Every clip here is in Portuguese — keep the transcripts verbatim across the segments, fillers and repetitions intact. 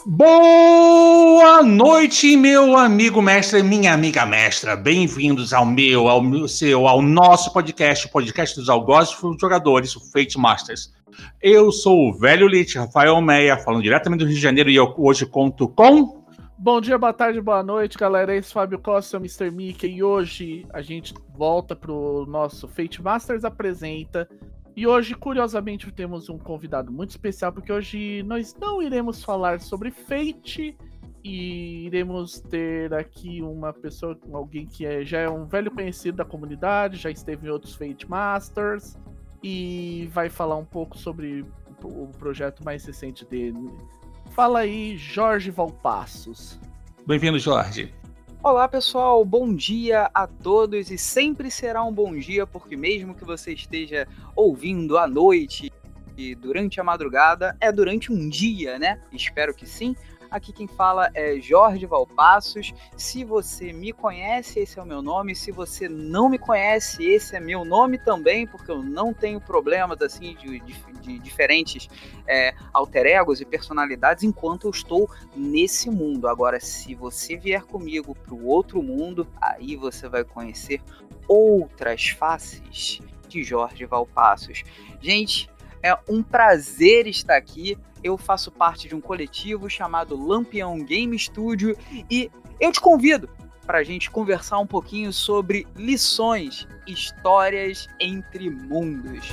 Boa noite, meu amigo mestre e minha amiga mestra. Bem-vindos ao meu, ao meu, seu, ao nosso podcast, o podcast dos algozes e jogadores, o Fate Masters. Eu sou o velho Lich, Rafael Meia, falando diretamente do Rio de Janeiro, e eu hoje conto com... Bom dia, boa tarde, boa noite, galera. Esse é Fábio Costa, o mister Mickey, e hoje a gente volta pro nosso Fate Masters Apresenta. E hoje, curiosamente, temos um convidado muito especial, porque hoje nós não iremos falar sobre Fate e iremos ter aqui uma pessoa, alguém que é, já é um velho conhecido da comunidade, já esteve em outros Fate Masters e vai falar um pouco sobre o projeto mais recente dele. Fala aí, Jorge Valpassos. Bem-vindo, Jorge. Olá pessoal, bom dia a todos e sempre será um bom dia, porque mesmo que você esteja ouvindo à noite e durante a madrugada, é durante um dia, né? Espero que sim. Aqui quem fala é Jorge Valpassos. Se você me conhece, esse é o meu nome. Se você não me conhece, esse é meu nome também, porque eu não tenho problemas assim de, de, de diferentes é, alter egos e personalidades enquanto eu estou nesse mundo. Agora, se você vier comigo para o outro mundo, aí você vai conhecer outras faces de Jorge Valpassos. Gente, é um prazer estar aqui. Eu faço parte de um coletivo chamado Lampião Game Studio e eu te convido para a gente conversar um pouquinho sobre lições, histórias entre mundos.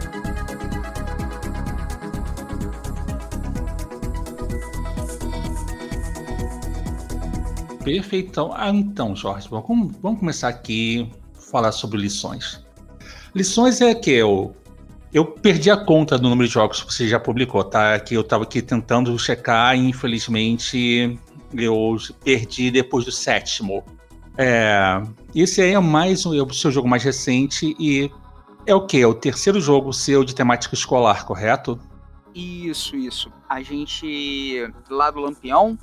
Perfeito. Ah, então, Jorge, vamos, vamos começar aqui a falar sobre lições. Lições é que eu... Eu perdi a conta do número de jogos que você já publicou, tá? Que eu tava aqui tentando checar e infelizmente eu perdi depois do sétimo. É, esse aí é mais o, o seu jogo mais recente e é o quê? É o terceiro jogo seu de temática escolar, correto? Isso, isso. A gente, lá do Lampião,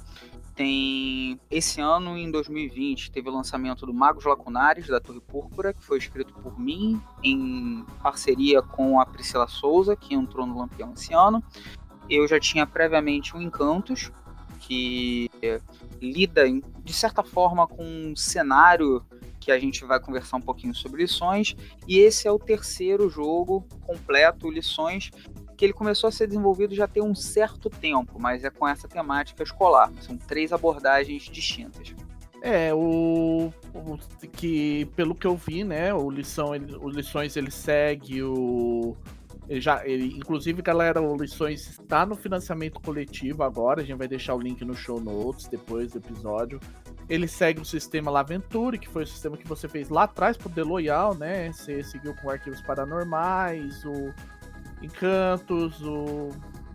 tem esse ano, em dois mil e vinte, teve o lançamento do Magos Lacunares, da Torre Púrpura, que foi escrito por mim, em parceria com a Priscila Souza, que entrou no Lampião esse ano. Eu já tinha previamente o Encantos, que lida, de certa forma, com um cenário que a gente vai conversar um pouquinho sobre lições, e esse é o terceiro jogo completo, Lições, que ele começou a ser desenvolvido já tem um certo tempo, mas é com essa temática escolar. São três abordagens distintas. É, o, o que pelo que eu vi, né, o Lição, ele, o Lições ele segue o ele já, ele, inclusive, galera, o Lições está no financiamento coletivo agora, a gente vai deixar o link no show notes depois do episódio. Ele segue o sistema Laventure, que foi o sistema que você fez lá atrás pro The Loyal, né? Você seguiu com arquivos paranormais, o Encantos, o...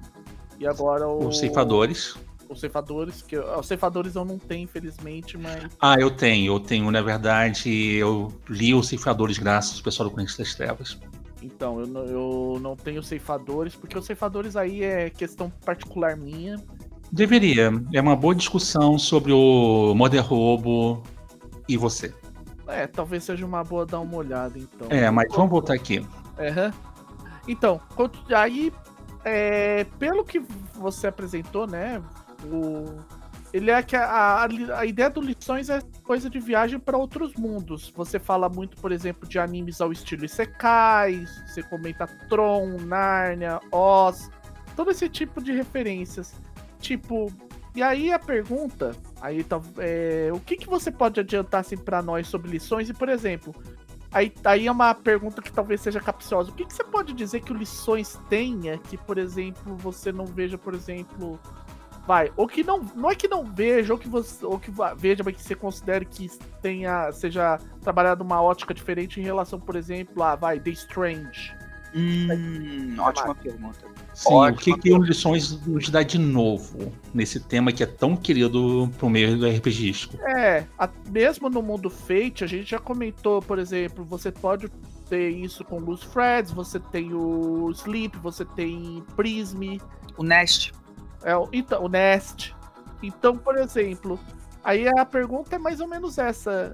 e agora o... Os Ceifadores. Os Ceifadores, que eu... os Ceifadores eu não tenho, infelizmente, mas... Ah, eu tenho, eu tenho, na verdade, eu li os Ceifadores graças ao pessoal do Conhece das Trevas. Então, eu não, eu não tenho Ceifadores, porque os Ceifadores aí é questão particular minha. Deveria, é uma boa discussão sobre o Modern Robo e você. É, talvez seja uma boa dar uma olhada, então. É, mas vamos voltar aqui. Aham. Então, aí, é, pelo que você apresentou, né, o, ele é que a, a, a ideia do Lições é coisa de viagem para outros mundos. Você fala muito, por exemplo, de animes ao estilo Isekai, você comenta Tron, Nárnia, Oz, todo esse tipo de referências. Tipo, e aí a pergunta, aí tá, é, o que, que você pode adiantar assim, para nós sobre Lições e, por exemplo... Aí, aí é uma pergunta que talvez seja capciosa. O que, que você pode dizer que o Lições tenha que, por exemplo, você não veja, por exemplo... Vai, ou que não... Não é que não veja, ou que você ou que veja, mas que você considere que tenha, seja trabalhado uma ótica diferente em relação, por exemplo, a, vai, The Strange. Hum, ótima pergunta. Sim, ótima o que, que o Lições nos dá de novo nesse tema que é tão querido pro meio do RPGístico? É, a, mesmo no mundo Fate, a gente já comentou, por exemplo, você pode ter isso com Loose Threads, você tem o Sleep, você tem Prism. O Nest. É, então, o Nest. Então, por exemplo, aí a pergunta é mais ou menos essa.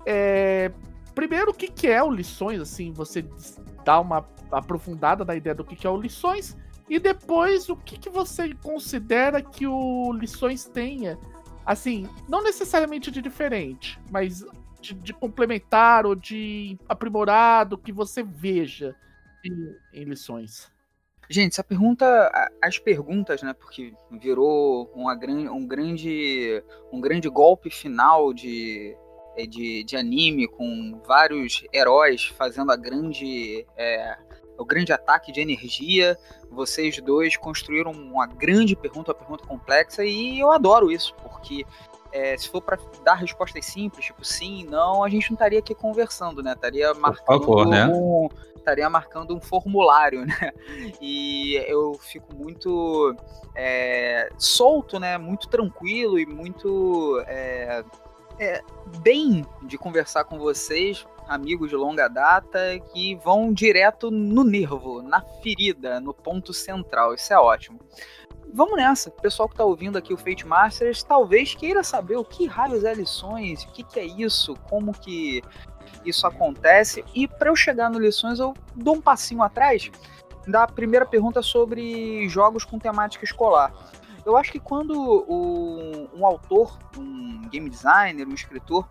É, primeiro, o que, que é o Lições, assim, você dá uma aprofundada na ideia do que, que é o Lições. E depois, o que, que você considera que o Lições tenha, assim, não necessariamente de diferente, mas de, de complementar ou de aprimorado que você veja em, em Lições? Gente, essa pergunta, as perguntas, né, porque virou uma gran, um, grande, um grande golpe final de, de, de anime, com vários heróis fazendo a grande, é, o grande ataque de energia. Vocês dois construíram uma grande pergunta, uma pergunta complexa, e eu adoro isso, porque é, se for para dar respostas simples, tipo sim, não, a gente não estaria aqui conversando, né? Estaria marcando Por favor, né? um, estaria marcando um formulário, né? E eu fico muito é, solto, né? Muito tranquilo e muito é, é, bem de conversar com vocês, amigos de longa data, que vão direto no nervo, na ferida, no ponto central. Isso é ótimo. Vamos nessa. O pessoal que está ouvindo aqui o Fate Masters talvez queira saber o que raios é Lições, o que, que é isso, como que isso acontece. E para eu chegar no Lições, eu dou um passinho atrás da primeira pergunta sobre jogos com temática escolar. Eu acho que quando o, um autor, um game designer, um escritor,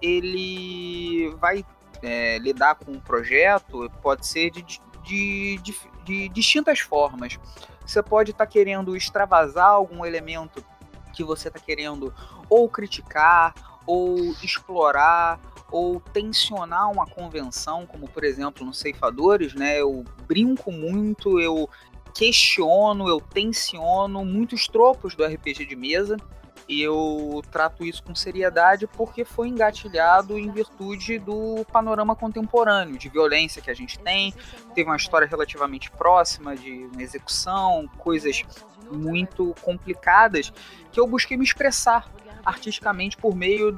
ele vai é, lidar com um projeto, pode ser de, de, de, de distintas formas. Você pode estar tá querendo extravasar algum elemento que você está querendo ou criticar, ou explorar, ou tensionar uma convenção, como por exemplo nos Ceifadores, né? Eu brinco muito, eu questiono, eu tensiono muitos tropos do R P G de mesa, e eu trato isso com seriedade porque foi engatilhado em virtude do panorama contemporâneo de violência que a gente tem. Teve uma história relativamente próxima de uma execução, coisas muito complicadas que eu busquei me expressar artisticamente por meio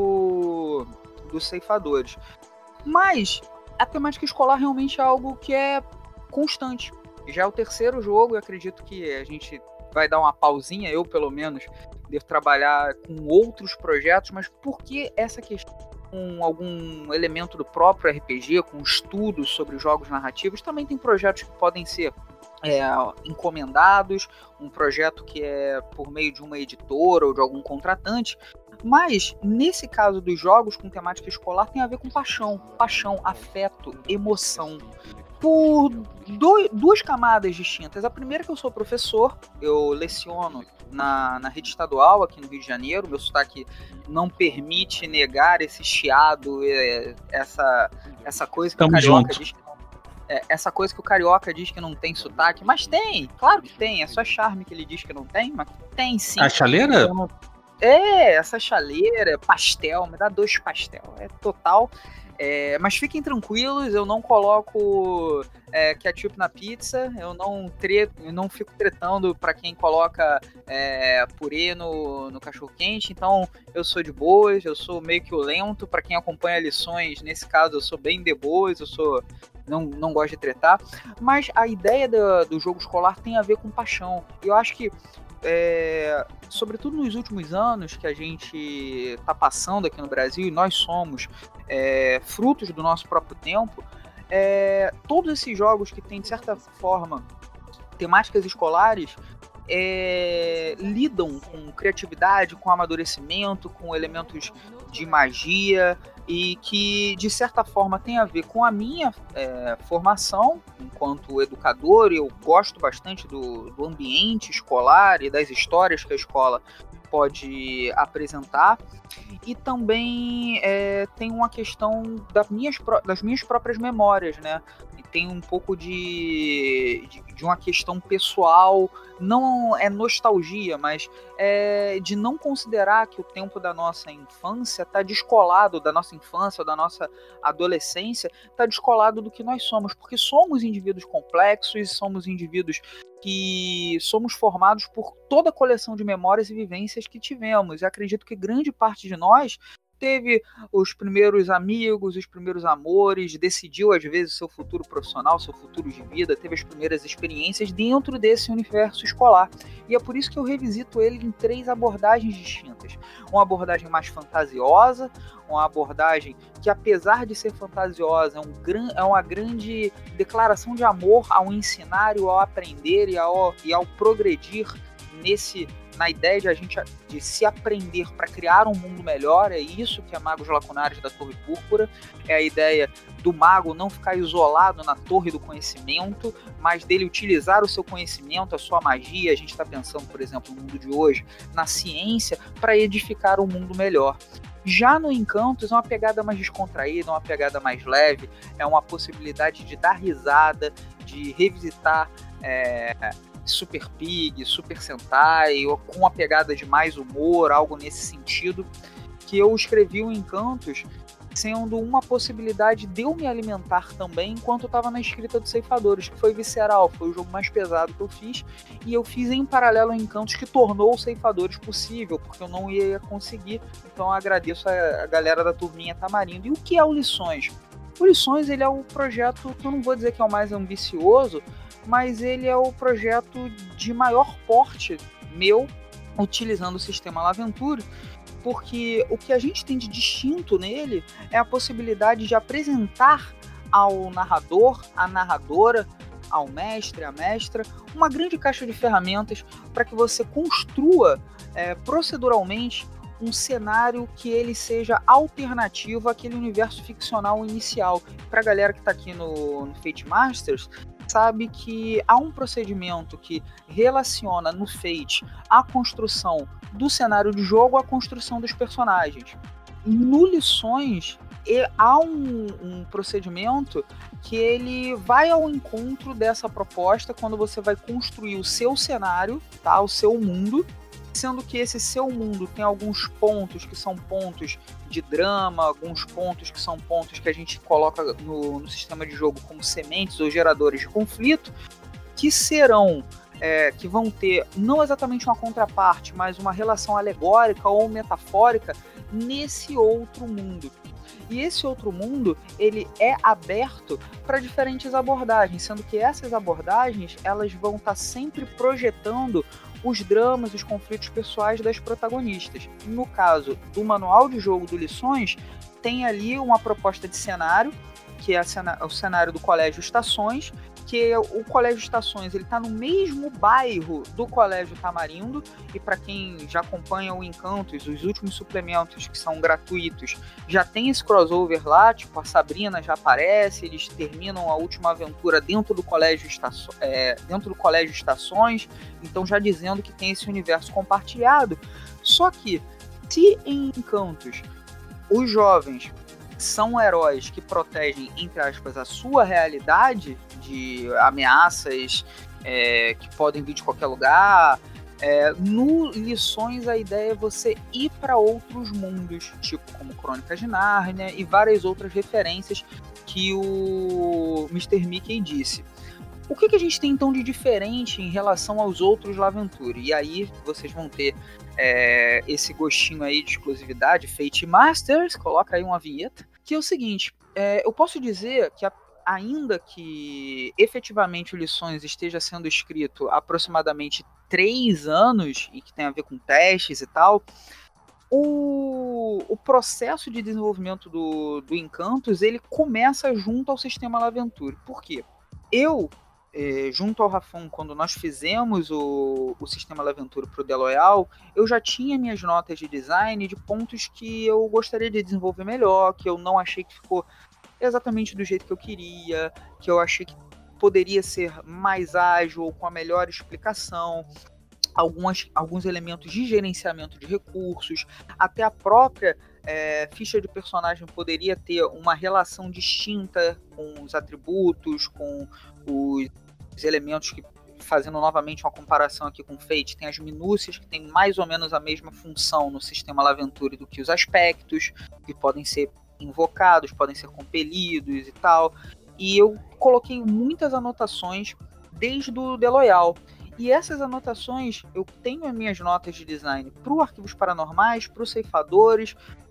do dos Ceifadores. Mas a temática escolar realmente é algo que é constante. Já é o terceiro jogo, eu acredito que a gente vai dar uma pausinha, eu pelo menos devo trabalhar com outros projetos, mas por que essa questão com algum elemento do próprio R P G, com estudos sobre jogos narrativos? Também tem projetos que podem ser é, encomendados, um projeto que é por meio de uma editora ou de algum contratante, mas nesse caso dos jogos com temática escolar tem a ver com paixão, paixão, afeto, emoção, por do, duas camadas distintas. A primeira é que eu sou professor, eu leciono na, na rede estadual aqui no Rio de Janeiro, meu sotaque não permite negar esse chiado, essa, essa coisa que Tamo o carioca junto. diz que não, é, essa coisa que o carioca diz que não tem sotaque, mas tem, claro que tem, é só charme que ele diz que não tem, mas tem sim. A chaleira? Então, é, essa chaleira, pastel, me dá dois pastel, é total. É, mas fiquem tranquilos, eu não coloco é, ketchup na pizza, eu não, tre- eu não fico tretando para quem coloca é, purê no, no cachorro-quente, então eu sou de boas, eu sou meio que o lento, para quem acompanha lições, nesse caso eu sou bem de boas, eu sou, não, não gosto de tretar, mas a ideia do, do jogo escolar tem a ver com paixão, eu acho que É, sobretudo nos últimos anos que a gente está passando aqui no Brasil, e nós somos é, frutos do nosso próprio tempo, é, todos esses jogos que têm, de certa forma, temáticas escolares, é, lidam com criatividade, com amadurecimento, com elementos de magia, e que, de certa forma, tem a ver com a minha é, formação enquanto educador. Eu gosto bastante do, do ambiente escolar e das histórias que a escola pode apresentar, e também é, tem uma questão das minhas, das minhas próprias memórias, né? E tem um pouco de, de, de uma questão pessoal, não é nostalgia, mas é de não considerar que o tempo da nossa infância está descolado, da nossa infância ou da nossa adolescência, está descolado do que nós somos, porque somos indivíduos complexos, somos indivíduos que somos formados por toda a coleção de memórias e vivências que tivemos. Eu acredito que grande parte de nós teve os primeiros amigos, os primeiros amores, decidiu às vezes o seu futuro profissional, seu futuro de vida, teve as primeiras experiências dentro desse universo escolar. E é por isso que eu revisito ele em três abordagens distintas. Uma abordagem mais fantasiosa, uma abordagem que, apesar de ser fantasiosa, é, um gran, é uma grande declaração de amor ao ensinar, ao aprender e ao, e ao progredir nesse... na ideia de a gente de se aprender para criar um mundo melhor. É isso que é Magos Lacunares da Torre Púrpura, é a ideia do mago não ficar isolado na torre do conhecimento, mas dele utilizar o seu conhecimento, a sua magia. A gente está pensando, por exemplo, no mundo de hoje, na ciência, para edificar um mundo melhor. Já no Encantos é uma pegada mais descontraída, uma pegada mais leve, é uma possibilidade de dar risada, de revisitar é, Super Pig, Super Sentai, ou com uma pegada de mais humor, algo nesse sentido, que eu escrevi o Encantos sendo uma possibilidade de eu me alimentar também enquanto eu estava na escrita dos Ceifadores, que foi visceral, foi o jogo mais pesado que eu fiz, e eu fiz em paralelo a Encantos, que tornou os Ceifadores possível, porque eu não ia conseguir. Então eu agradeço a, a galera da turminha Tamarindo. E o que é o Lições? O Lições, ele é o projeto que eu não vou dizer que é o mais ambicioso, mas ele é o projeto de maior porte meu, utilizando o sistema Laventure, porque o que a gente tem de distinto nele é a possibilidade de apresentar ao narrador, à narradora, ao mestre, à mestra, uma grande caixa de ferramentas para que você construa é, proceduralmente um cenário que ele seja alternativo àquele universo ficcional inicial. Para a galera que está aqui no, no Fate Masters, sabe que há um procedimento que relaciona no Fate a construção do cenário de jogo à construção dos personagens. No Lições, há um, um procedimento que ele vai ao encontro dessa proposta quando você vai construir o seu cenário, tá? O seu mundo, sendo que esse seu mundo tem alguns pontos que são pontos de drama, alguns pontos que são pontos que a gente coloca no, no sistema de jogo como sementes ou geradores de conflito, que serão, é, que vão ter não exatamente uma contraparte, mas uma relação alegórica ou metafórica nesse outro mundo. E esse outro mundo, ele é aberto para diferentes abordagens, sendo que essas abordagens, elas vão estar tá sempre projetando os dramas, os conflitos pessoais das protagonistas. No caso do manual de jogo do Lições, tem ali uma proposta de cenário, que é o cenário do Colégio Estações, que o Colégio Estações ele está no mesmo bairro do Colégio Tamarindo, e para quem já acompanha o Encantos, os últimos suplementos que são gratuitos, já tem esse crossover lá, tipo a Sabrina já aparece, eles terminam a última aventura dentro do Colégio, Estaço, é, dentro do Colégio Estações, então já dizendo que tem esse universo compartilhado. Só que, se em Encantos os jovens são heróis que protegem, entre aspas, a sua realidade de ameaças é, que podem vir de qualquer lugar, é, no Lições a ideia é você ir para outros mundos, tipo como Crônicas de Nárnia e várias outras referências que o mister Mickey disse. O que, que a gente tem então de diferente em relação aos outros Laventure? E aí vocês vão ter é, esse gostinho aí de exclusividade, Fate Masters, coloca aí uma vinheta, que é o seguinte, é, eu posso dizer que a, ainda que efetivamente o Lições esteja sendo escrito há aproximadamente três anos, e que tem a ver com testes e tal, o, o processo de desenvolvimento do, do Encantos, ele começa junto ao sistema Laventure. Por quê? Eu... É, junto ao Rafon, quando nós fizemos o, o sistema Laventure para o The Loyal, eu já tinha minhas notas de design de pontos que eu gostaria de desenvolver melhor, que eu não achei que ficou exatamente do jeito que eu queria, que eu achei que poderia ser mais ágil ou com a melhor explicação, algumas, alguns elementos de gerenciamento de recursos, até a própria é, ficha de personagem poderia ter uma relação distinta com os atributos, com os os elementos que, fazendo novamente uma comparação aqui com o Fate, tem as minúcias que tem mais ou menos a mesma função no sistema Laventure do que os aspectos, que podem ser invocados, podem ser compelidos e tal. E eu coloquei muitas anotações desde o The Loyal. E essas anotações, eu tenho as minhas notas de design para o Arquivos Paranormais, para os Ceifadores,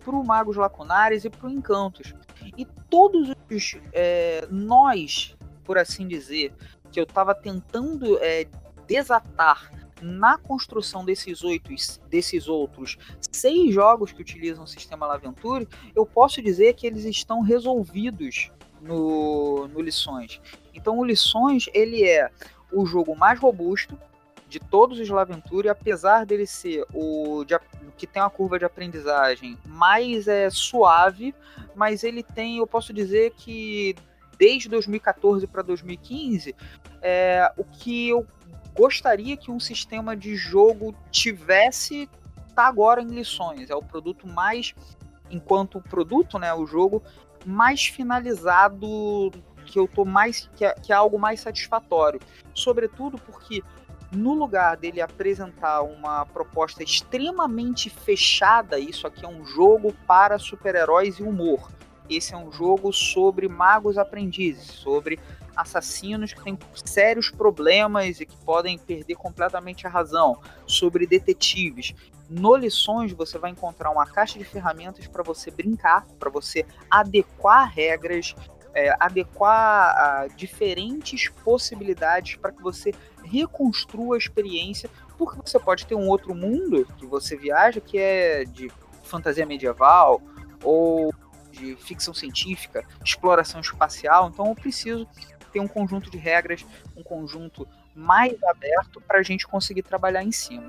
pro Magos Lacunares e pro Encantos. E todos os é, nós, por assim dizer, que eu tava tentando é, desatar na construção desses, oito, desses outros seis jogos que utilizam o sistema Laventure, eu posso dizer que eles estão resolvidos no, no Lições. Então o Lições, ele é o jogo mais robusto de todos os Laventure, apesar dele ser o de, que tem uma curva de aprendizagem mais é, suave, mas ele tem, eu posso dizer que desde dois mil e catorze para dois mil e quinze, é, o que eu gostaria que um sistema de jogo tivesse tá agora em Lições. É o produto mais, enquanto produto, né, o jogo mais finalizado, que eu tô mais, que é, que é algo mais satisfatório. Sobretudo porque no lugar dele apresentar uma proposta extremamente fechada, isso aqui é um jogo para super-heróis e humor. Esse é um jogo sobre magos aprendizes, sobre assassinos que têm sérios problemas e que podem perder completamente a razão, sobre detetives. No Lições você vai encontrar uma caixa de ferramentas para você brincar, para você adequar regras, é, adequar a diferentes possibilidades para que você reconstrua a experiência, porque você pode ter um outro mundo que você viaja que é de fantasia medieval ou de ficção científica, exploração espacial, então eu preciso ter um conjunto de regras, um conjunto mais aberto para a gente conseguir trabalhar em cima.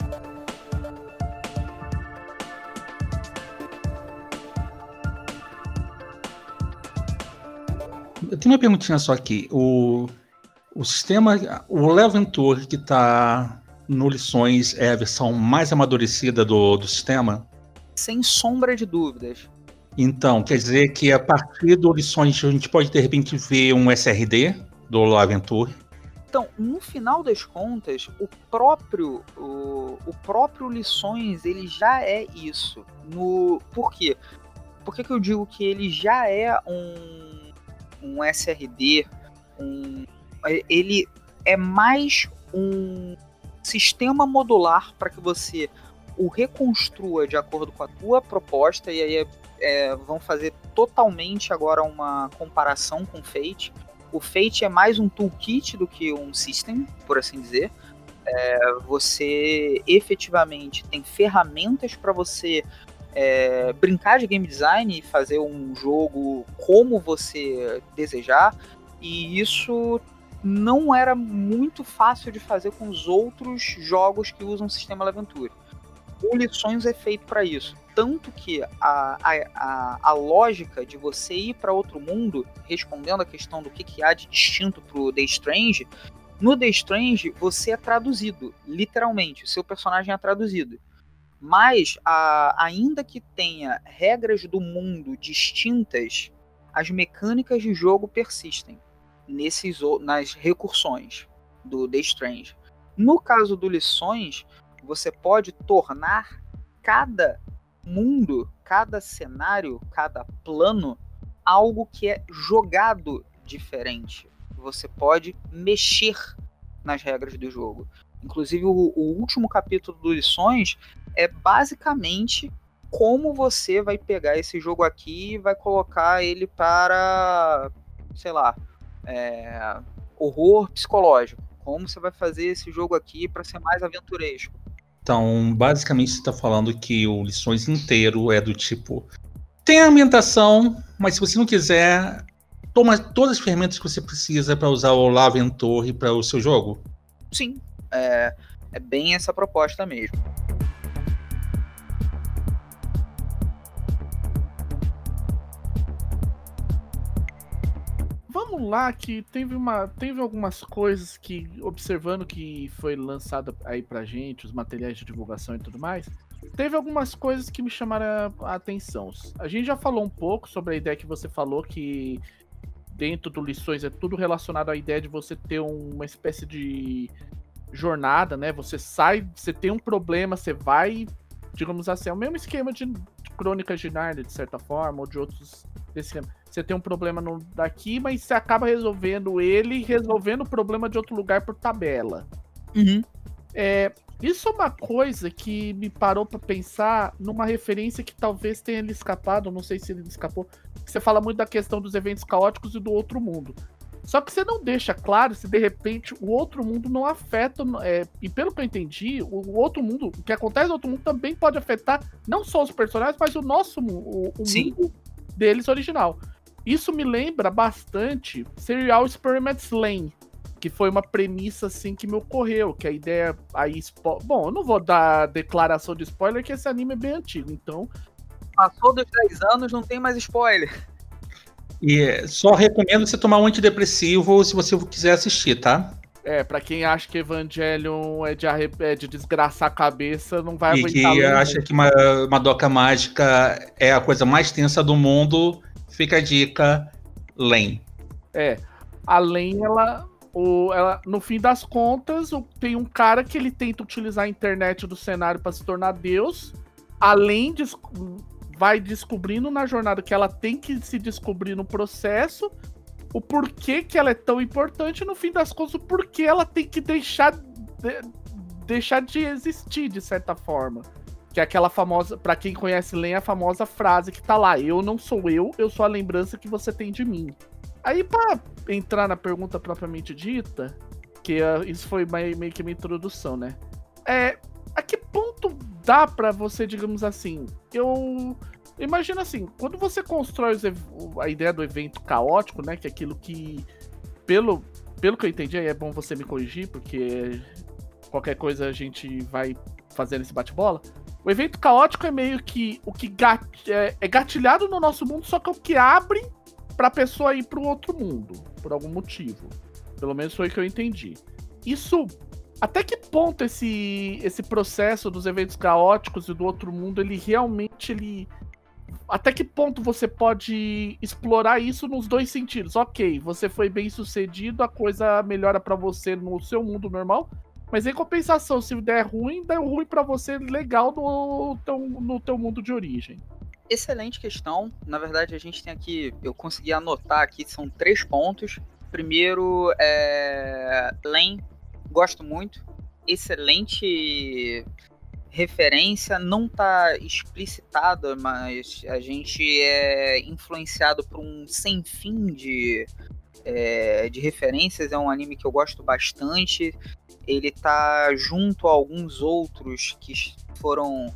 Eu tenho uma perguntinha só aqui. O, o sistema, o Laventure que está no Lições é a versão mais amadurecida do, do sistema? Sem sombra de dúvidas. Então, quer dizer que a partir do Lições a gente pode de repente ver um S R D do Laventure? Então, no final das contas, o próprio, o, o próprio Lições, ele já é isso. No, por quê? Por que, que eu digo que ele já é um, um S R D? Um, ele é mais um sistema modular para que você o reconstrua de acordo com a tua proposta, e aí é, é, vão fazer totalmente agora uma comparação com o Fate. O Fate é mais um toolkit do que um system, por assim dizer. É, você efetivamente tem ferramentas para você é, brincar de game design e fazer um jogo como você desejar, e isso não era muito fácil de fazer com os outros jogos que usam o sistema Laventure. O Lições é feito para isso. Tanto que a, a, a, a lógica de você ir para outro mundo, respondendo a questão do que, que há de distinto para o The Strange, no The Strange você é traduzido, literalmente, o seu personagem é traduzido. Mas, a, ainda que tenha regras do mundo distintas, as mecânicas de jogo persistem nesses, nas recursões do The Strange. No caso do Lições, você pode tornar cada mundo, cada cenário, cada plano, algo que é jogado diferente. Você pode mexer nas regras do jogo. Inclusive, o, o último capítulo do Lições é basicamente como você vai pegar esse jogo aqui e vai colocar ele para, sei lá, é, horror psicológico. Como você vai fazer esse jogo aqui para ser mais aventuresco. Então, basicamente, você está falando que o Lições inteiro é do tipo... Tem a ambientação, mas se você não quiser, toma todas as ferramentas que você precisa para usar o Laventure para o seu jogo? Sim, é, é bem essa proposta mesmo. Vamos lá, que teve, uma, teve algumas coisas que, observando que foi lançado aí pra gente, os materiais de divulgação e tudo mais, teve algumas coisas que me chamaram a atenção. A gente já falou um pouco sobre a ideia que você falou, que dentro do Lições é tudo relacionado à ideia de você ter uma espécie de jornada, né? Você sai, você tem um problema, você vai, digamos assim, é o mesmo esquema de Crônicas de Nárnia, de certa forma, ou de outros desse esquema. Você tem um problema no, daqui, mas você acaba resolvendo ele, resolvendo o problema de outro lugar por tabela. Uhum. É, Isso é uma coisa que me parou pra pensar numa referência que talvez tenha lhe escapado, não sei se ele escapou. Você fala muito da questão dos eventos caóticos e do outro mundo. Só que você não deixa claro se de repente o outro mundo não afeta. É, e pelo que eu entendi, o, o outro mundo, o que acontece no outro mundo também pode afetar não só os personagens, mas o nosso o, o mundo deles original. Isso me lembra bastante Serial Experiments Lain, que foi uma premissa assim que me ocorreu, que a ideia aí... Spo... Bom, eu não vou dar declaração de spoiler, que esse anime é bem antigo, então... Passou dos dez anos, não tem mais spoiler. E só recomendo você tomar um antidepressivo se você quiser assistir, tá? É, pra quem acha que Evangelion é de, arre... é de desgraçar a cabeça, não vai e aguentar. E que acha que uma Madoka Mágica é a coisa mais tensa do mundo, fica a dica, Lain. É, a Lain, ela, o, ela, no fim das contas, o, tem um cara que ele tenta utilizar a internet do cenário pra se tornar Deus, além de... vai descobrindo na jornada que ela tem que se descobrir no processo, o porquê que ela é tão importante, no fim das contas, o porquê ela tem que deixar de, deixar de existir, de certa forma. Que é aquela famosa, pra quem conhece Lain, a famosa frase que tá lá: eu não sou eu, eu sou a lembrança que você tem de mim. Aí, pra entrar na pergunta propriamente dita, que uh, isso foi meio que uma introdução, né? É... A que ponto dá pra você, digamos assim, eu imagino assim, quando você constrói os, a ideia do evento caótico, né, que é aquilo que, pelo, pelo que eu entendi, aí é bom você me corrigir, porque qualquer coisa a gente vai fazendo esse bate-bola. O evento caótico é meio que o que gat, é, é gatilhado no nosso mundo, só que é o que abre pra pessoa ir pro outro mundo, por algum motivo. Pelo menos foi o que eu entendi. Isso... Até que ponto esse, esse processo dos eventos caóticos e do outro mundo, ele realmente, ele... Até que ponto você pode explorar isso nos dois sentidos? Ok, você foi bem sucedido, a coisa melhora pra você no seu mundo normal, mas em compensação, se der ruim, dá ruim pra você legal no teu, no teu mundo de origem. Excelente questão. Na verdade, a gente tem aqui, eu consegui anotar aqui, são três pontos. Primeiro, é... Lain. Gosto muito, excelente referência, não tá explicitada, mas a gente é influenciado por um sem fim de, é, de referências, é um anime que eu gosto bastante, ele tá junto a alguns outros que foram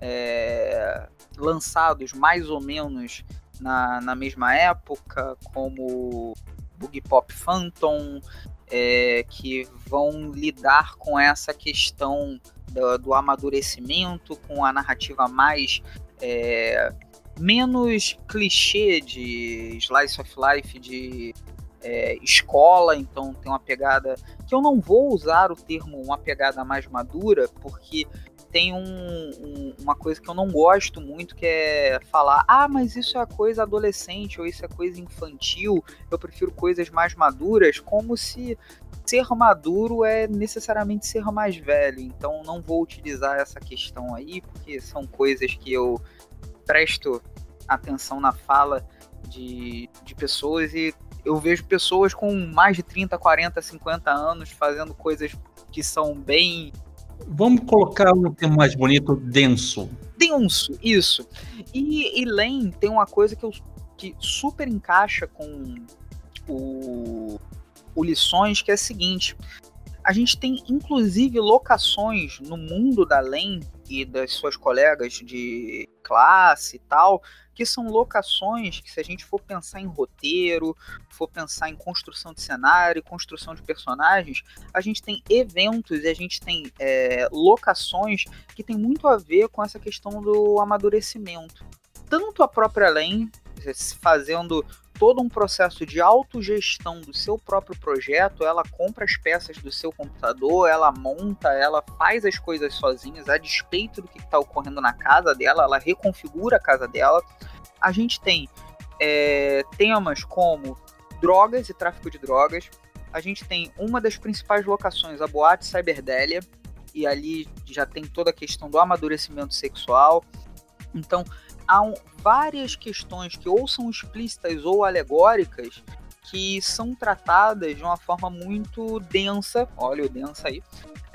é, lançados mais ou menos na, na mesma época, como Boogie Pop Phantom, É, que vão lidar com essa questão do, do amadurecimento, com a narrativa mais é, menos clichê de slice of life, de é, escola. Então tem uma pegada que eu não vou usar o termo uma pegada mais madura, porque tem um, um, uma coisa que eu não gosto muito, que é falar, ah, mas isso é coisa adolescente, ou isso é coisa infantil, eu prefiro coisas mais maduras, como se ser maduro é necessariamente ser mais velho. Então não vou utilizar essa questão aí, porque são coisas que eu presto atenção na fala de, de pessoas, e eu vejo pessoas com mais de trinta, quarenta, cinquenta anos fazendo coisas que são bem... Vamos colocar um termo mais bonito, denso. Denso, isso. E, e Lain tem uma coisa que, eu, que super encaixa com o, o Lições, que é a seguinte: a gente tem inclusive locações no mundo da Lain e das suas colegas de classe e tal, que são locações que, se a gente for pensar em roteiro, for pensar em construção de cenário, construção de personagens, a gente tem eventos e a gente tem é, locações que tem muito a ver com essa questão do amadurecimento. Tanto a própria Lain fazendo todo um processo de autogestão do seu próprio projeto, ela compra as peças do seu computador, ela monta, ela faz as coisas sozinhas, a despeito do que está ocorrendo na casa dela, ela reconfigura a casa dela. A gente tem é, temas como drogas e tráfico de drogas. A gente tem uma das principais locações, a boate Cyberdélia, e ali já tem toda a questão do amadurecimento sexual. Então, há um, várias questões que ou são explícitas ou alegóricas que são tratadas de uma forma muito densa, olha o densa aí,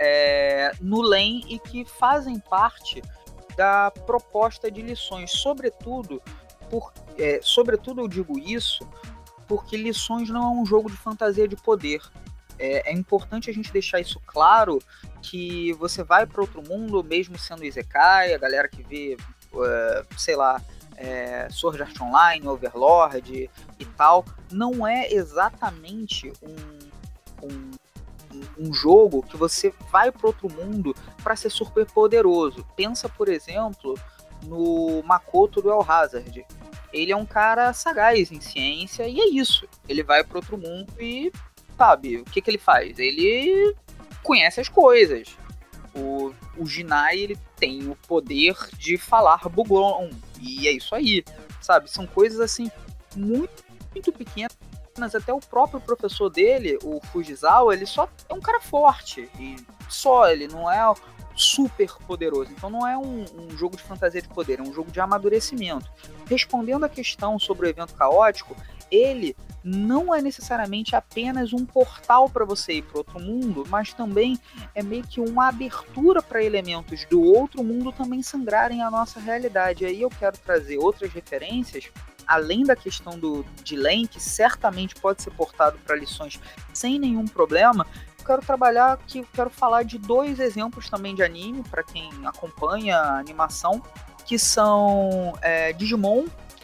é, no L E M e que fazem parte da proposta de lições, sobretudo, por, é, sobretudo eu digo isso, porque Lições não é um jogo de fantasia de poder. É, é importante a gente deixar isso claro, que você vai para outro mundo, mesmo sendo Isekai, a galera que vê, uh, sei lá, é, Sword Art Online, Overlord e tal, não é exatamente um, um, um jogo que você vai para outro mundo para ser super poderoso. Pensa, por exemplo, no Makoto do El Hazard. Ele é um cara sagaz em ciência e é isso. Ele vai para outro mundo e, sabe, o que, que ele faz? Ele conhece as coisas. O, o Jinai, ele tem o poder de falar Buglon. E é isso aí, sabe? São coisas, assim, muito, muito pequenas. Até o próprio professor dele, o Fujisawa, ele só é um cara forte. E só, ele não é super poderoso. Então não é um, um jogo de fantasia de poder, é um jogo de amadurecimento. Respondendo a questão sobre o evento caótico, ele não é necessariamente apenas um portal para você ir para outro mundo, mas também é meio que uma abertura para elementos do outro mundo também sangrarem a nossa realidade. E aí eu quero trazer outras referências, além da questão do de L E M, que certamente pode ser portado para lições sem nenhum problema. Quero trabalhar aqui, quero falar de dois exemplos também de anime, para quem acompanha a animação, que são é, Digimon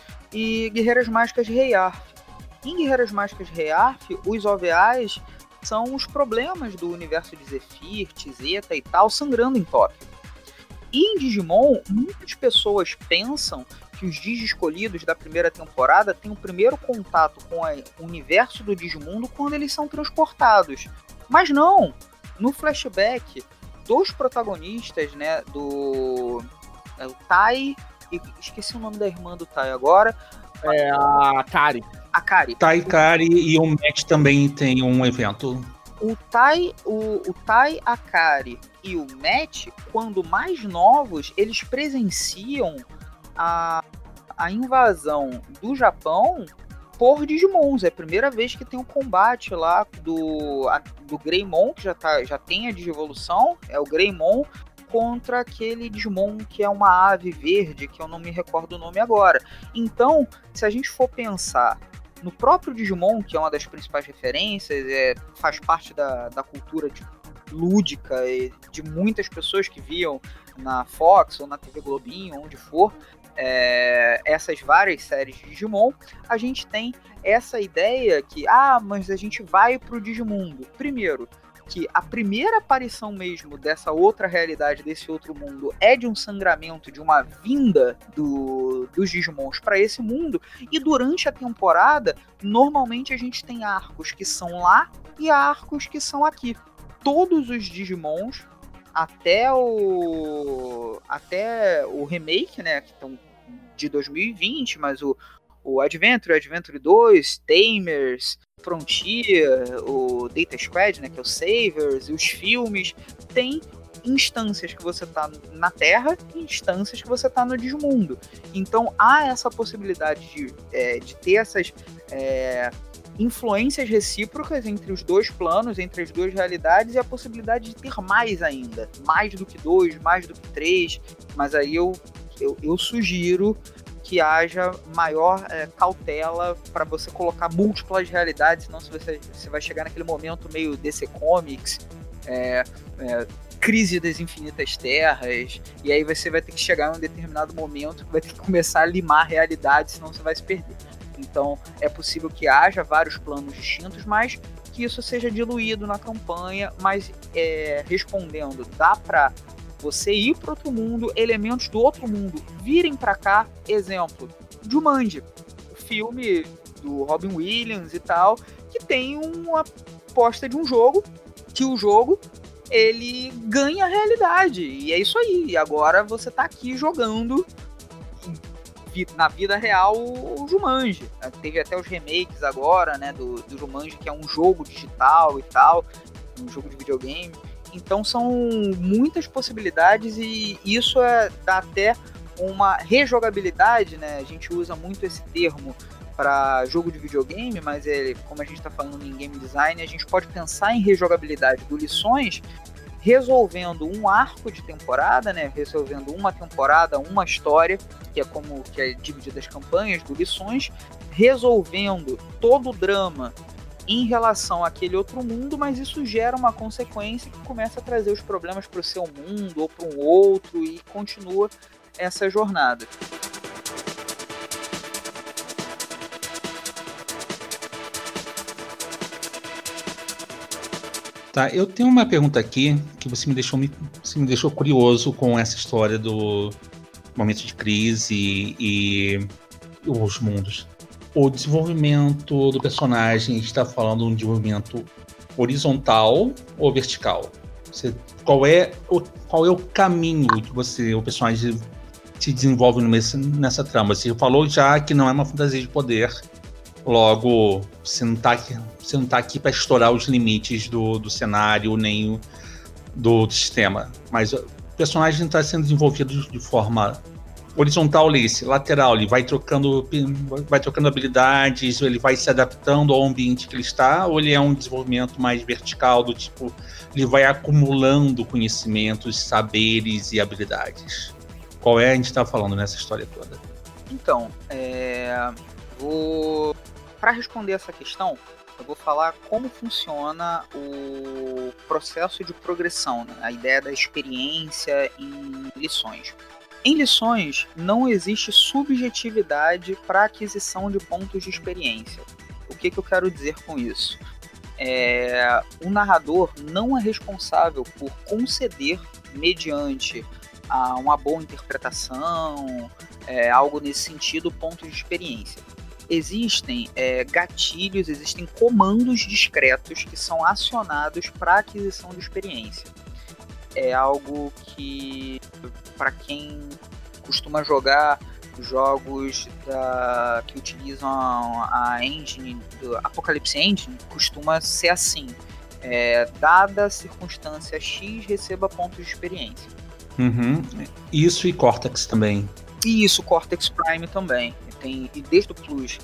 e Guerreiras Mágicas de Rei Arf. Em Guerreiras Mágicas de Rei Arf, os O V As são os problemas do universo de Zephyr, Zeta e tal, sangrando em Tóquio. E em Digimon, muitas pessoas pensam que os Digi escolhidos da primeira temporada têm o primeiro contato com o universo do Digimundo quando eles são transportados. Mas não, no flashback dos protagonistas, né, do é, o Tai, e esqueci o nome da irmã do Tai agora. É a Kari. A Kari. Tai, Kari e o Matt também tem um evento. O Tai, o, o Tai, a Kari e o Matt, quando mais novos, eles presenciam a, a invasão do Japão por Digimons. É a primeira vez que tem um combate lá do, a, do Greymon, que já, tá, já tem a Digivolução, é o Greymon, contra aquele Digimon que é uma ave verde, que eu não me recordo o nome agora. Então, se a gente for pensar no próprio Digimon, que é uma das principais referências, é, faz parte da, da cultura de, lúdica de muitas pessoas que viam na Fox ou na T V Globinho, onde for, É, essas várias séries de Digimon, a gente tem essa ideia que, ah, mas a gente vai pro Digimundo. Primeiro, que a primeira aparição mesmo dessa outra realidade, desse outro mundo, é de um sangramento, de uma vinda do, dos Digimons para esse mundo, e durante a temporada, normalmente a gente tem arcos que são lá e arcos que são aqui. Todos os Digimons, até o até o remake, né, que estão de dois mil e vinte, mas o, o Adventure, Adventure dois, Tamers, Frontier, o Data Squad, né, que é o Savers, e os filmes, tem instâncias que você tá na Terra e instâncias que você tá no Digimundo. Então há essa possibilidade de, é, de ter essas é, influências recíprocas entre os dois planos, entre as duas realidades, e a possibilidade de ter mais ainda, mais do que dois, mais do que três, mas aí eu, eu, eu sugiro que haja maior é, cautela para você colocar múltiplas realidades, senão você, você vai chegar naquele momento meio D C Comics, é, é, crise das infinitas terras, e aí você vai ter que chegar em um determinado momento que vai ter que começar a limar a realidade, senão você vai se perder. Então é possível que haja vários planos distintos, mas que isso seja diluído na campanha, mas é, respondendo, dá para você ir para outro mundo, elementos do outro mundo virem para cá. Exemplo, Jumanji, o filme do Robin Williams e tal, que tem uma aposta de um jogo, que o jogo ele ganha a realidade, e é isso aí, e agora você tá aqui jogando na vida real o Jumanji. Teve até os remakes agora, né, do, do Jumanji, que é um jogo digital e tal, um jogo de videogame. Então são muitas possibilidades, e isso é, dá até uma rejogabilidade, né? A gente usa muito esse termo para jogo de videogame, mas ele, como a gente está falando em game design, a gente pode pensar em rejogabilidade do Lições resolvendo um arco de temporada, né? Resolvendo uma temporada, uma história, que é como que é dividida as campanhas do Lições, resolvendo todo o drama em relação àquele outro mundo, mas isso gera uma consequência que começa a trazer os problemas para o seu mundo ou para um outro e continua essa jornada. Tá, eu tenho uma pergunta aqui que você me deixou, me, você me deixou curioso com essa história do momento de crise e, e os mundos. O desenvolvimento do personagem está falando de um desenvolvimento horizontal ou vertical? Você, qual, é o, qual é o caminho que você, o personagem se desenvolve nessa, nessa trama? Você falou já que não é uma fantasia de poder. Logo, você não está aqui, você não tá aqui para estourar os limites do, do cenário nem do, do sistema. Mas o personagem está sendo desenvolvido de forma horizontal, lateral. Ele vai trocando, vai trocando habilidades, ele vai se adaptando ao ambiente que ele está, ou ele é um desenvolvimento mais vertical, do tipo, ele vai acumulando conhecimentos, saberes e habilidades? Qual é a gente está falando nessa história toda? Então, é... vou... Para responder essa questão, eu vou falar como funciona o processo de progressão, né? A ideia da experiência em Lições. Em Lições, não existe subjetividade para aquisição de pontos de experiência. O que, que eu quero dizer com isso? É, o narrador não é responsável por conceder, mediante a uma boa interpretação, é, algo nesse sentido, pontos de experiência. Existem é, gatilhos, existem comandos discretos que são acionados para aquisição de experiência. É algo que, para quem costuma jogar jogos da, que utilizam a engine, do Apocalypse Engine, costuma ser assim. É, dada a circunstância X, receba pontos de experiência. Uhum. Isso e Cortex também. E isso, Cortex Prime também. Tem, e desde o Plus.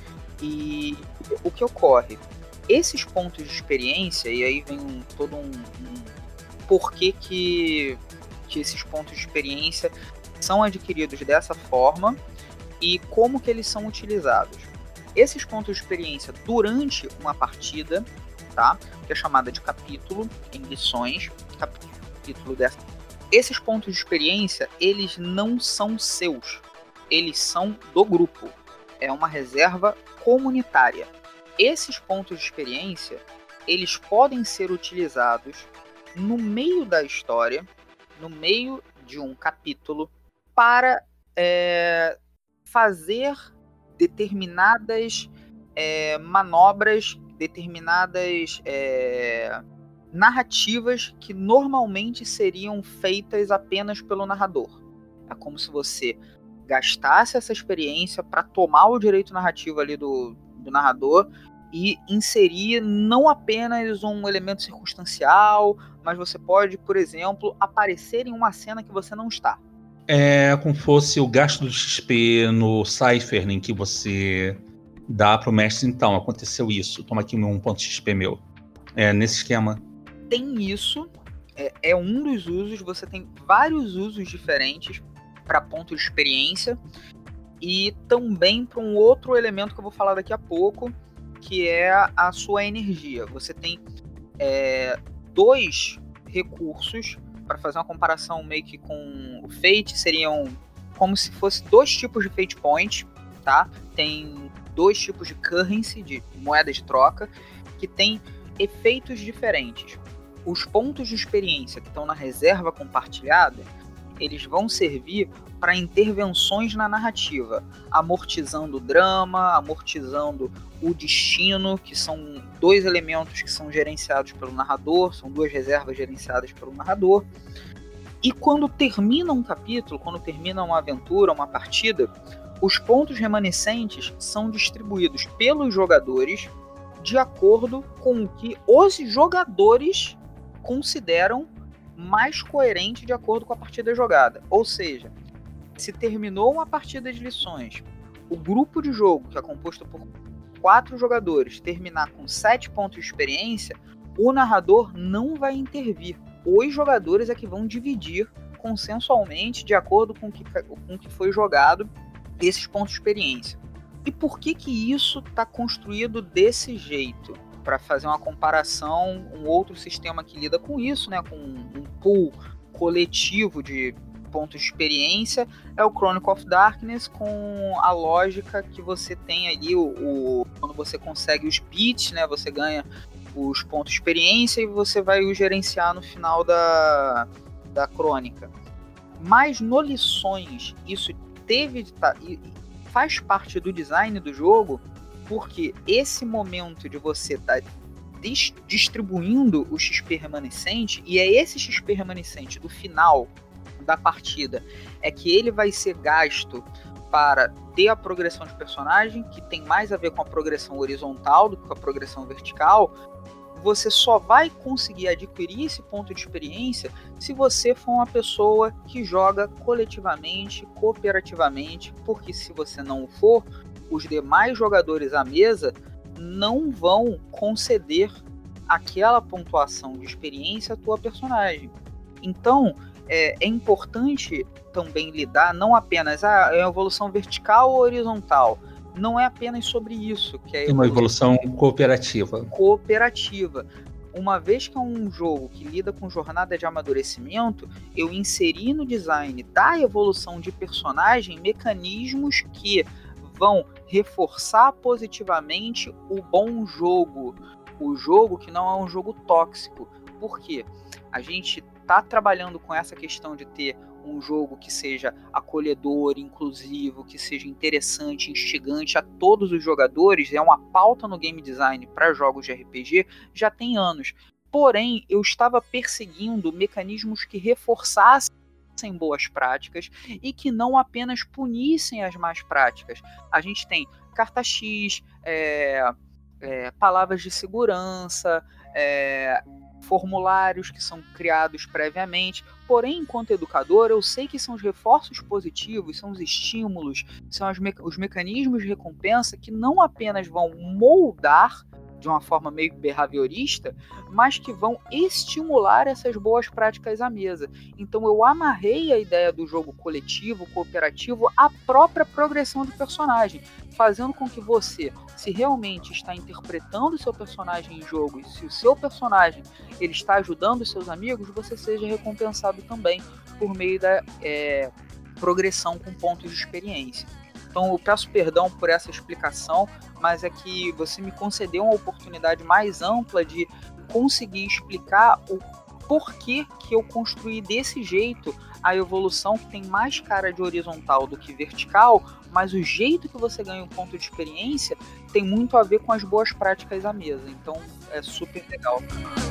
E o que ocorre? Esses pontos de experiência, e aí vem um, todo um, um porquê que, que esses pontos de experiência são adquiridos dessa forma e como que eles são utilizados. Esses pontos de experiência durante uma partida, tá? Que é chamada de capítulo, em Lições, capítulo dessa. Esses pontos de experiência, eles não são seus, eles são do grupo. É uma reserva comunitária. Esses pontos de experiência, eles podem ser utilizados no meio da história, no meio de um capítulo, para é, fazer determinadas é, manobras, determinadas é, narrativas que normalmente seriam feitas apenas pelo narrador. É como se você gastasse essa experiência para tomar o direito narrativo ali do, do narrador e inserir não apenas um elemento circunstancial, mas você pode, por exemplo, aparecer em uma cena que você não está. É como se fosse o gasto do X P no Cypher, em que você dá para o mestre, então, aconteceu isso, toma aqui um ponto de X P meu. É nesse esquema. Tem isso, é, é um dos usos, você tem vários usos diferentes para ponto de experiência e também para um outro elemento que eu vou falar daqui a pouco, que é a sua energia. Você tem é, dois recursos, para fazer uma comparação meio que com o Fate, seriam como se fosse dois tipos de Fate Point, tá? Tem dois tipos de currency, de moeda de troca, que tem efeitos diferentes. Os pontos de experiência que estão na reserva compartilhada, eles vão servir para intervenções na narrativa, amortizando o drama, amortizando o destino, que são dois elementos que são gerenciados pelo narrador, são duas reservas gerenciadas pelo narrador. E quando termina um capítulo, quando termina uma aventura, uma partida, os pontos remanescentes são distribuídos pelos jogadores de acordo com o que os jogadores consideram mais coerente de acordo com a partida jogada. Ou seja, se terminou uma partida de Lições, o grupo de jogo, que é composto por quatro jogadores terminar com sete pontos de experiência, o narrador não vai intervir. Os jogadores é que vão dividir consensualmente, de acordo com que, o que foi jogado, esses pontos de experiência. E por que que isso está construído desse jeito? Para fazer uma comparação, um outro sistema que lida com isso, né, com um pool coletivo de pontos de experiência, é o Chronicle of Darkness, com a lógica que você tem ali, o, o, quando você consegue os bits, né, você ganha os pontos de experiência e você vai os gerenciar no final da, da crônica. Mas no Lições, isso teve tá, faz parte do design do jogo, porque esse momento de você estar tá dis- distribuindo o X P remanescente, e é esse X P remanescente do final da partida, é que ele vai ser gasto para ter a progressão de personagem, que tem mais a ver com a progressão horizontal do que com a progressão vertical. Você só vai conseguir adquirir esse ponto de experiência se você for uma pessoa que joga coletivamente, cooperativamente, porque se você não for, os demais jogadores à mesa não vão conceder aquela pontuação de experiência à tua personagem. Então, é, é importante também lidar não apenas a, a evolução vertical ou horizontal. Não é apenas sobre isso que é uma evolução cooperativa. Cooperativa. Uma vez que é um jogo que lida com jornada de amadurecimento, eu inseri no design da evolução de personagem mecanismos que vão reforçar positivamente o bom jogo. O jogo que não é um jogo tóxico. Por quê? A gente está trabalhando com essa questão de ter um jogo que seja acolhedor, inclusivo, que seja interessante, instigante a todos os jogadores. É uma pauta no game design para jogos de R P G já tem anos. Porém, eu estava perseguindo mecanismos que reforçassem boas práticas e que não apenas punissem as más práticas. A gente tem carta X, é, é, palavras de segurança, é, formulários que são criados previamente. Porém, enquanto educador, eu sei que são os reforços positivos, são os estímulos, são as me- os mecanismos de recompensa que não apenas vão moldar de uma forma meio behaviorista, mas que vão estimular essas boas práticas à mesa. Então eu amarrei a ideia do jogo coletivo, cooperativo, à própria progressão do personagem, fazendo com que você, se realmente está interpretando o seu personagem em jogo, e se o seu personagem ele está ajudando os seus amigos, você seja recompensado também por meio da é, progressão com pontos de experiência. Então eu peço perdão por essa explicação, mas é que você me concedeu uma oportunidade mais ampla de conseguir explicar o porquê que eu construí desse jeito a evolução, que tem mais cara de horizontal do que vertical, mas o jeito que você ganha um ponto de experiência tem muito a ver com as boas práticas à mesa. Então é super legal.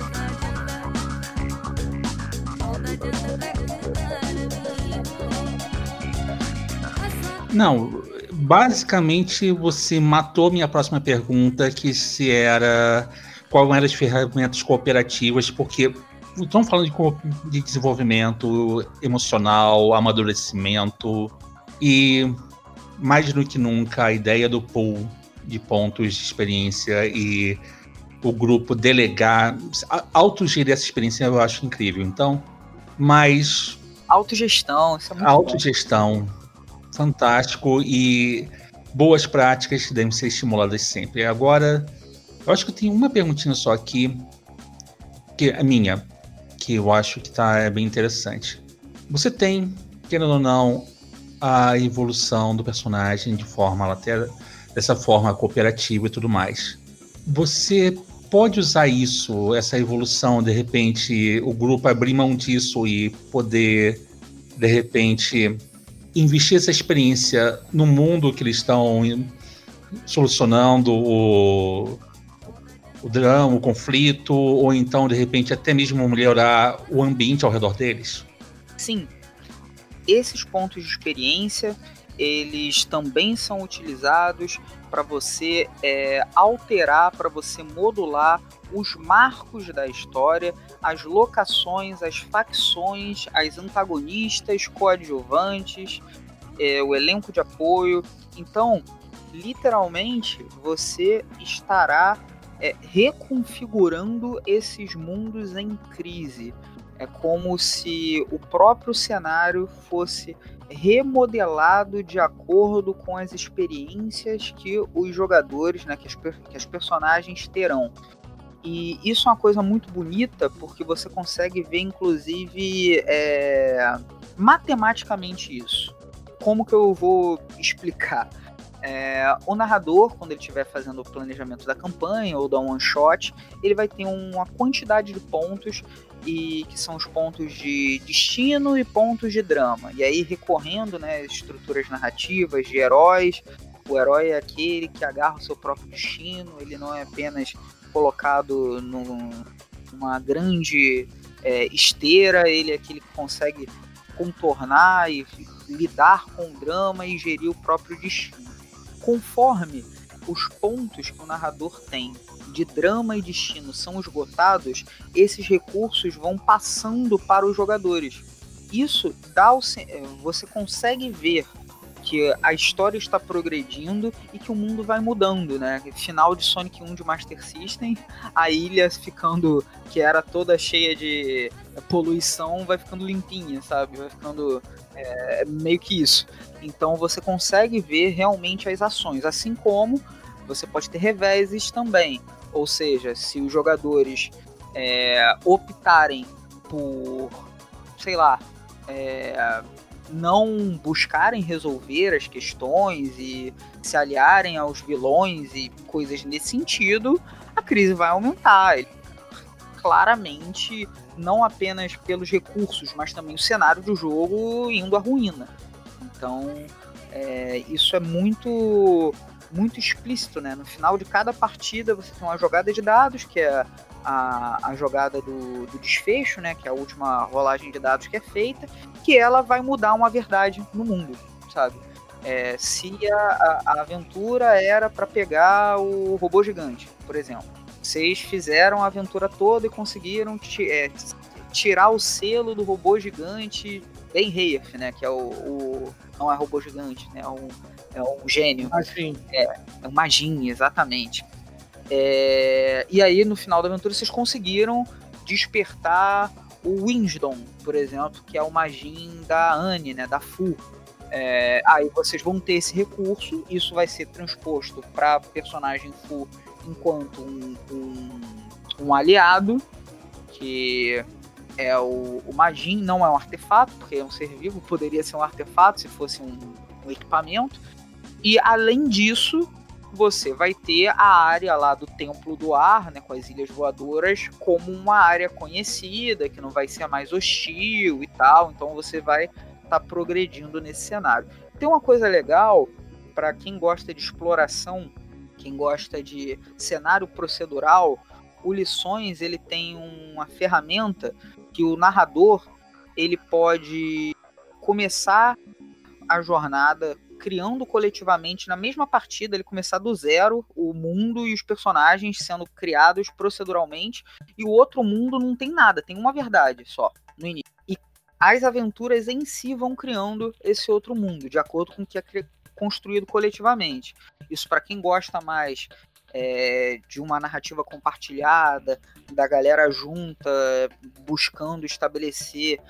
Não, basicamente você matou minha próxima pergunta, que se era qual eram as ferramentas cooperativas, porque estamos falando de, de desenvolvimento emocional, amadurecimento, e mais do que nunca a ideia do pool de pontos de experiência e o grupo delegar, autogerir essa experiência eu acho incrível. Então, mas... Autogestão, isso é muito autogestão. Bom. Fantástico, e boas práticas devem ser estimuladas sempre. Agora, eu acho que eu tenho uma perguntinha só aqui, que é minha, que eu acho que tá, é bem interessante. Você tem, querendo ou não, a evolução do personagem de forma lateral, dessa forma cooperativa e tudo mais. Você pode usar isso, essa evolução, de repente, o grupo abrir mão disso e poder, de repente... investir essa experiência no mundo que eles estão solucionando o, o drama, o conflito, ou então, de repente, até mesmo melhorar o ambiente ao redor deles? Sim. Esses pontos de experiência, eles também são utilizados para você é, alterar, para você modular os marcos da história, as locações, as facções, as antagonistas, coadjuvantes, é, o elenco de apoio. Então, literalmente você estará é, reconfigurando esses mundos em crise. É como se o próprio cenário fosse remodelado de acordo com as experiências que os jogadores, né, que, as, que as personagens terão. E isso é uma coisa muito bonita, porque você consegue ver, inclusive, é, matematicamente isso. Como que eu vou explicar? É, o narrador, quando ele estiver fazendo o planejamento da campanha ou da one shot, ele vai ter uma quantidade de pontos, e que são os pontos de destino e pontos de drama. E aí, recorrendo, né, estruturas narrativas de heróis, o herói é aquele que agarra o seu próprio destino, ele não é apenas colocado num, numa grande é, esteira, ele é aquele que consegue contornar e lidar com o drama e gerir o próprio destino. Conforme os pontos que o narrador tem de drama e destino são esgotados, esses recursos vão passando para os jogadores. Isso dá o, você consegue ver que a história está progredindo e que o mundo vai mudando, né? Final de Sonic um de Master System, a ilha ficando, que era toda cheia de poluição, vai ficando limpinha, sabe? Vai ficando é, meio que isso. Então você consegue ver realmente as ações, assim como você pode ter reveses também. Ou seja, se os jogadores é, optarem por, sei lá, é, não buscarem resolver as questões e se aliarem aos vilões e coisas nesse sentido, a crise vai aumentar. Claramente, não apenas pelos recursos, mas também o cenário do jogo indo à ruína. Então, é, isso é muito, muito explícito, né? No final de cada partida, você tem uma jogada de dados, que é A, a jogada do, do desfecho, né, que é a última rolagem de dados que é feita, que ela vai mudar uma verdade no mundo, sabe? É, se a, a aventura era para pegar o robô gigante, por exemplo, vocês fizeram a aventura toda e conseguiram t- é, tirar o selo do robô gigante Ben Reif, né, que é o, o não é robô gigante, né, é um, é um gênio, Assim. é, é um Majin, exatamente. É, e aí, no final da aventura, vocês conseguiram despertar o Wisdom, por exemplo, que é o Majin da Annie, né, da Fu. É, aí vocês vão ter esse recurso, isso vai ser transposto para a personagem Fu enquanto um, um, um aliado, que é o, o Majin, não é um artefato, porque é um ser vivo, poderia ser um artefato se fosse um, um equipamento. E, além disso, você vai ter a área lá do Templo do Ar, né, com as Ilhas Voadoras, como uma área conhecida, que não vai ser mais hostil e tal, então você vai estar tá progredindo nesse cenário. Tem uma coisa legal, para quem gosta de exploração, quem gosta de cenário procedural, o Lições, ele tem uma ferramenta que o narrador, ele pode começar a jornada criando coletivamente na mesma partida, ele começar do zero, o mundo e os personagens sendo criados proceduralmente, e o outro mundo não tem nada, tem uma verdade só no início. E as aventuras em si vão criando esse outro mundo, de acordo com o que é construído coletivamente. Isso para quem gosta mais é, de uma narrativa compartilhada, da galera junta, buscando estabelecer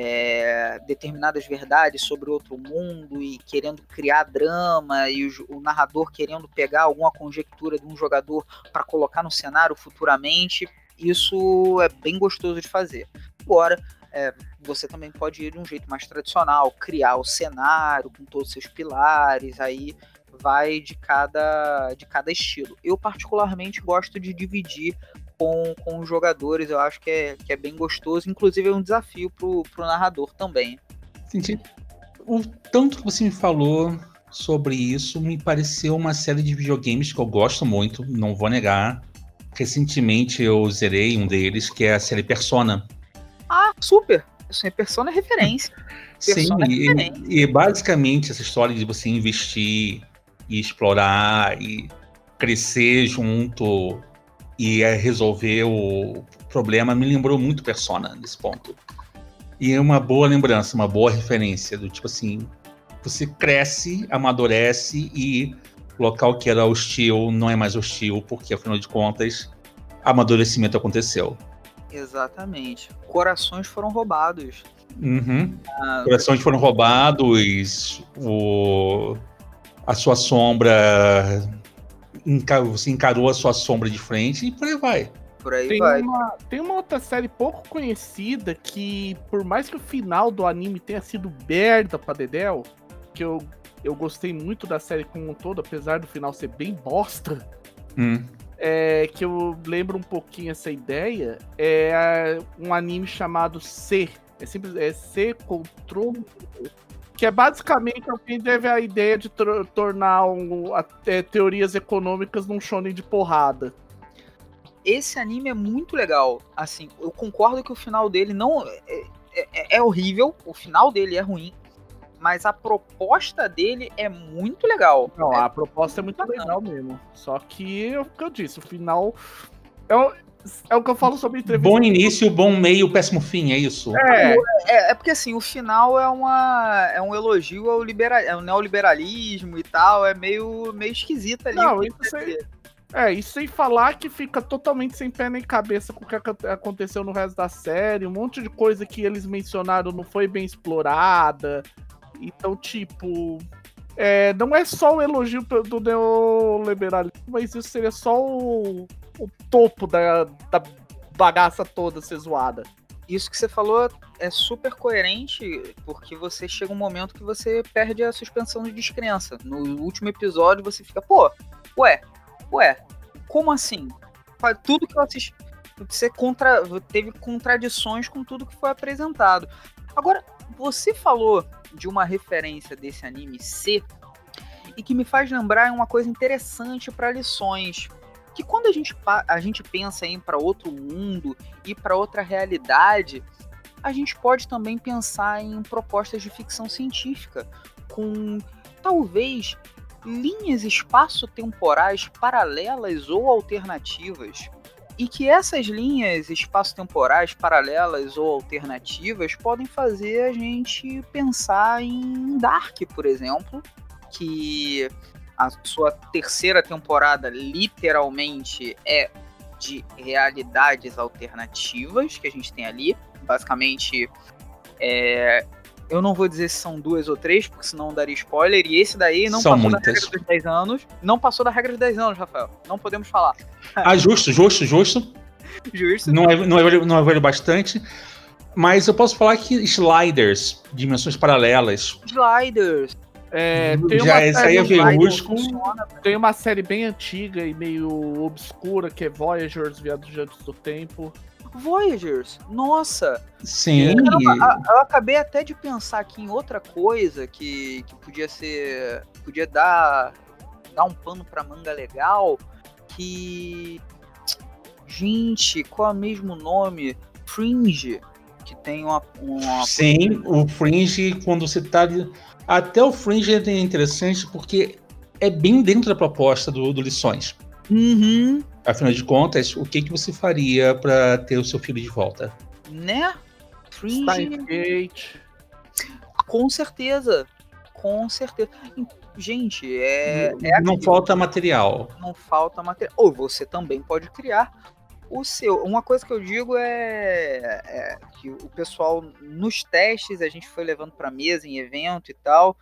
É, determinadas verdades sobre outro mundo e querendo criar drama, e o, o narrador querendo pegar alguma conjectura de um jogador para colocar no cenário futuramente, isso é bem gostoso de fazer. Agora, é, você também pode ir de um jeito mais tradicional, criar o cenário com todos os seus pilares, aí vai de cada, de cada estilo. Eu particularmente gosto de dividir Com, com os jogadores, eu acho que é, que é bem gostoso, inclusive é um desafio pro, pro narrador também. Entendi. O tanto que você me falou sobre isso me pareceu uma série de videogames que eu gosto muito, não vou negar. Recentemente eu zerei um deles, que é a série Persona. Ah, super! Persona é referência. Persona Sim, é referência. E, e basicamente essa história de você investir e explorar e crescer junto e resolver o problema me lembrou muito Persona nesse ponto. E é uma boa lembrança, uma boa referência do tipo assim, você cresce, amadurece e local que era hostil não é mais hostil, porque afinal de contas, amadurecimento aconteceu. Exatamente. Corações foram roubados. Uhum. Ah, Corações foram roubados, o... a sua sombra, você encarou a sua sombra de frente e por aí vai. Por aí tem, vai. Uma, tem uma outra série pouco conhecida que, por mais que o final do anime tenha sido merda pra Dedéu, que eu, eu gostei muito da série como um todo, apesar do final ser bem bosta, hum. é, que eu lembro um pouquinho essa ideia, é um anime chamado C. É simples, é C Control, que é basicamente alguém teve a ideia de tr- tornar um, a, é, teorias econômicas num shonen de porrada. Esse anime é muito legal. Assim, eu concordo que o final dele não é, é, é horrível, o final dele é ruim, mas a proposta dele é muito legal. Não, é a proposta é muito bacana. Legal mesmo. Só que é o que eu disse, o final é o, é o que eu falo sobre entrevista. Bom início, bom meio, péssimo fim, é isso? É, é, é porque assim, o final é, uma, é um elogio ao, libera, ao neoliberalismo e tal, é meio, meio esquisito ali. Não, isso sem, é, e sem falar que fica totalmente sem pé nem cabeça com o que aconteceu no resto da série, um monte de coisa que eles mencionaram não foi bem explorada. Então, tipo, é, não é só o elogio do neoliberalismo, mas isso seria só o, o topo da, da bagaça toda ser zoada. Isso que você falou é super coerente, porque você chega um momento que você perde a suspensão de descrença. No último episódio você fica, pô, ué, ué, como assim? Tudo que eu assisti, você contra, teve contradições com tudo que foi apresentado. Agora, você falou de uma referência desse anime C, e que me faz lembrar uma coisa interessante para lições, que quando a gente, a gente pensa em ir para outro mundo e para outra realidade, a gente pode também pensar em propostas de ficção científica, com talvez linhas espaço-temporais paralelas ou alternativas, e que essas linhas espaço-temporais paralelas ou alternativas podem fazer a gente pensar em Dark, por exemplo, que a sua terceira temporada literalmente é de realidades alternativas que a gente tem ali. Basicamente, é... eu não vou dizer se são duas ou três, porque senão daria spoiler, e esse daí não são passou muitas. da regra dos dez anos. Não passou da regra dos dez anos, Rafael. Não podemos falar. Ah, justo, justo, justo. Justo. Não é, não, é velho, não é velho bastante, mas eu posso falar que Sliders, dimensões paralelas. Sliders. É, tem Já, uma essa aí é verrústico. Tem uma série bem antiga e meio obscura, que é Voyagers, Viajantes do Tempo. Voyagers, nossa. Sim. Caramba, eu acabei até de pensar aqui em outra coisa que, que podia ser, podia dar, dar um pano pra manga legal, que, gente, qual é o mesmo nome? Fringe, que tem uma... uma... Sim, o Fringe, quando você tá... Até o Fringe é interessante porque é bem dentro da proposta do, do Lições. Uhum. Afinal de contas, o que, que você faria para ter o seu filho de volta? Né? Fringe... Stargate. Com certeza. Com certeza. Gente, é... é não falta material. Não falta material. Ou você também pode criar o seu. Uma coisa que eu digo é, é que o pessoal, nos testes, a gente foi levando para mesa, em evento e tal,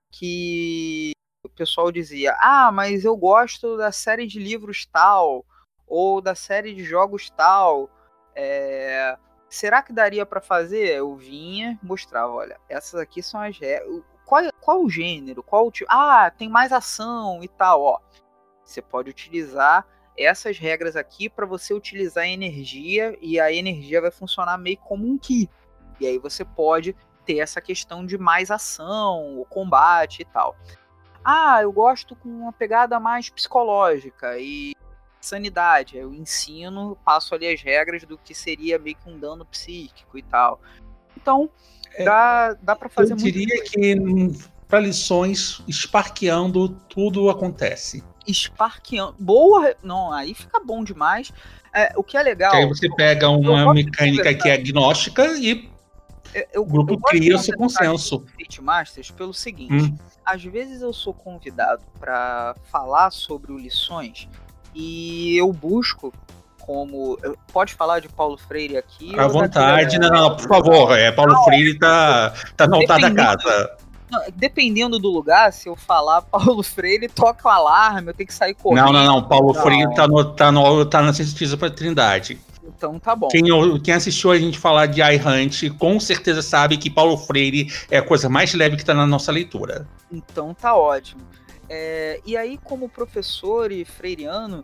que o pessoal dizia, ah, mas eu gosto da série de livros tal, ou da série de jogos tal, é, será que daria para fazer? Eu vinha, mostrava, olha, essas aqui são as regras, qual, qual o gênero, qual o tipo, ah, tem mais ação e tal, ó, você pode utilizar essas regras aqui para você utilizar a energia, e a energia vai funcionar meio como um ki, e aí você pode ter essa questão de mais ação, o combate e tal. Ah, eu gosto com uma pegada mais psicológica e sanidade. Eu ensino, passo ali as regras do que seria meio que um dano psíquico e tal. Então, é, dá, dá para fazer muito. Eu diria muito que para lições, esparqueando, tudo acontece. Esparqueando. Boa! Não, aí fica bom demais. É, o que é legal... Que aí você pega uma mecânica que é agnóstica e Eu, o grupo eu gosto cria o de seu conversar consenso. com Fate Masters pelo seguinte, Hum. às vezes eu sou convidado para falar sobre o Lições e eu busco como... Pode falar de Paulo Freire aqui? À ou vontade, daquele- não, não, por favor, é, Paulo Freire tá, tá no altar da Dependendo- casa. Não, dependendo do lugar, se eu falar Paulo Freire, toca o alarme, eu tenho que sair correndo. Não, não, não, Paulo Não. Freire tá, no, tá, no, tá na Justiça pra Trindade. Então tá bom. Quem, quem assistiu a gente falar de iHunt, com certeza sabe que Paulo Freire é a coisa mais leve que tá na nossa leitura. Então tá ótimo. É, e aí, como professor e freiriano,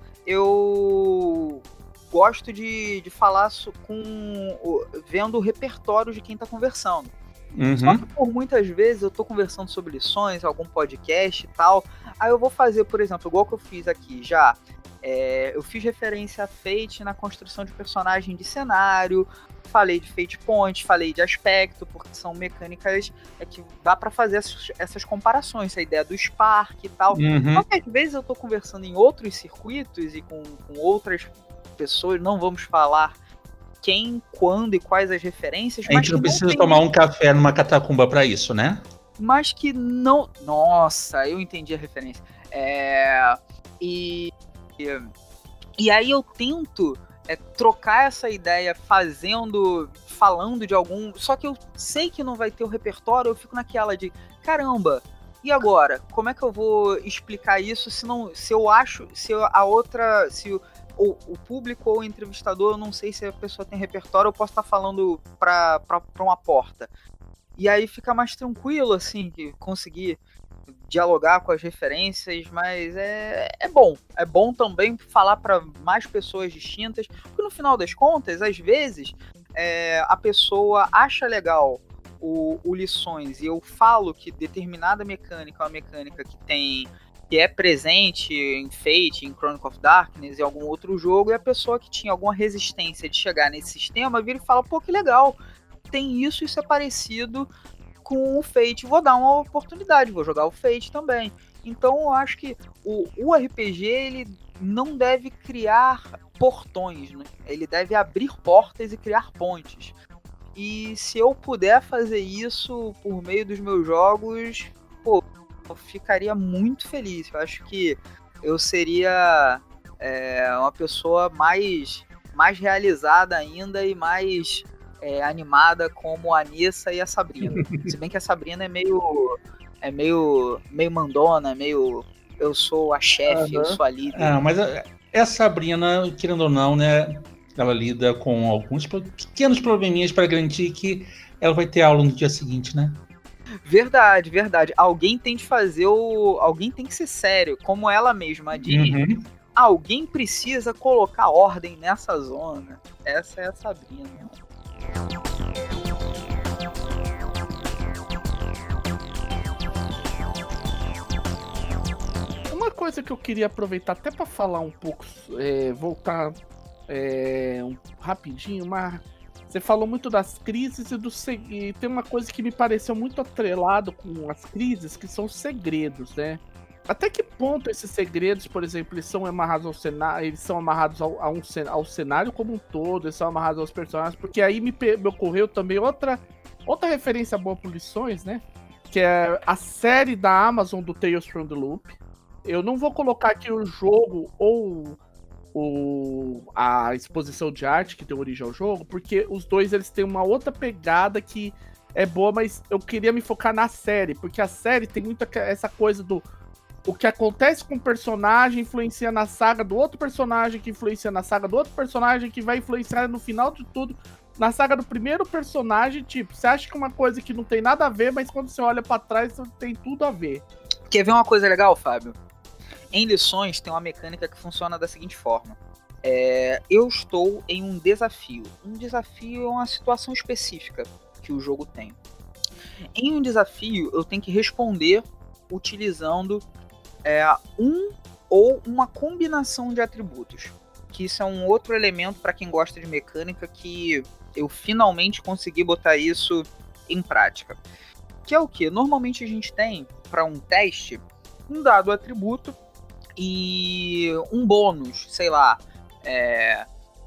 eu gosto de, de falar so, com vendo o repertório de quem tá conversando. Uhum. Só que por muitas vezes eu tô conversando sobre lições, algum podcast e tal, aí eu vou fazer, por exemplo, igual que eu fiz aqui já, é, eu fiz referência a Fate na construção de personagem de cenário, falei de Fate Point, falei de aspecto, porque são mecânicas é, que dá pra fazer essas, essas comparações, a ideia do Spark e tal. Uhum. Só que às vezes eu tô conversando em outros circuitos e com, com outras pessoas, não vamos falar quem, quando e quais as referências. A gente não precisa tem... tomar um café numa catacumba pra isso, né? Mas que não... Nossa, eu entendi a referência. É... E... E aí eu tento é, trocar essa ideia fazendo... Falando de algum... Só que eu sei que não vai ter o repertório, eu fico naquela de... Caramba, e agora? Como é que eu vou explicar isso se, não, se eu acho... Se a outra... Se o, o, o público ou o entrevistador, eu não sei se a pessoa tem repertório, eu posso estar falando pra, pra, pra uma porta. E aí fica mais tranquilo, assim, que conseguir dialogar com as referências, mas é, é bom. É bom também falar para mais pessoas distintas, porque no final das contas, às vezes, é, a pessoa acha legal o, o Lições, e eu falo que determinada mecânica é uma mecânica que tem... que é presente em Fate, em Chronicle of Darkness e algum outro jogo, e a pessoa que tinha alguma resistência de chegar nesse sistema vira e fala, pô, que legal, tem isso, isso é parecido com o Fate, vou dar uma oportunidade, vou jogar o Fate também. Então eu acho que o, o R P G, ele não deve criar portões, né? Ele deve abrir portas e criar pontes. E se eu puder fazer isso por meio dos meus jogos, pô, eu ficaria muito feliz. Eu acho que eu seria é, uma pessoa mais, mais realizada ainda e mais é, animada como a Anissa e a Sabrina. Se bem que a Sabrina é meio é meio, meio mandona, meio eu sou a chefe, uhum. eu sou a líder. Ah, mas a, a Sabrina, querendo ou não, né, ela lida com alguns pequenos probleminhas para garantir que ela vai ter aula no dia seguinte, né? Verdade, verdade. Alguém tem de fazer o... Alguém tem que ser sério, como ela mesma diz. Uhum. Alguém precisa colocar ordem nessa zona. Essa é a Sabrina. Uma coisa que eu queria aproveitar até para falar um pouco, é, voltar é, um, rapidinho, mas... Você falou muito das crises e do e tem uma coisa que me pareceu muito atrelado com as crises, que são os segredos, né? Até que ponto esses segredos, por exemplo, eles são amarrados ao cenário, eles são amarrados ao, a um, ao cenário como um todo, eles são amarrados aos personagens, porque aí me, me ocorreu também outra, outra referência boa por Lições, né? Que é a série da Amazon do Tales from the Loop. Eu não vou colocar aqui o jogo ou O, a exposição de arte que deu origem ao jogo, porque os dois eles têm uma outra pegada que é boa, mas eu queria me focar na série, porque a série tem muita essa coisa do o que acontece com o personagem influencia na saga do outro personagem, que influencia na saga do outro personagem, que vai influenciar no final de tudo na saga do primeiro personagem. Tipo, você acha que é uma coisa que não tem nada a ver, mas quando você olha pra trás tem tudo a ver. Quer ver uma coisa legal, Fábio? Em Lições tem uma mecânica que funciona da seguinte forma. É, eu estou em um desafio. Um desafio é uma situação específica que o jogo tem. Em um desafio, eu tenho que responder utilizando é, um ou uma combinação de atributos. Que isso é um outro elemento para quem gosta de mecânica que eu finalmente consegui botar isso em prática. Que é o que? Normalmente a gente tem, para um teste, um dado atributo e um bônus, sei lá, é,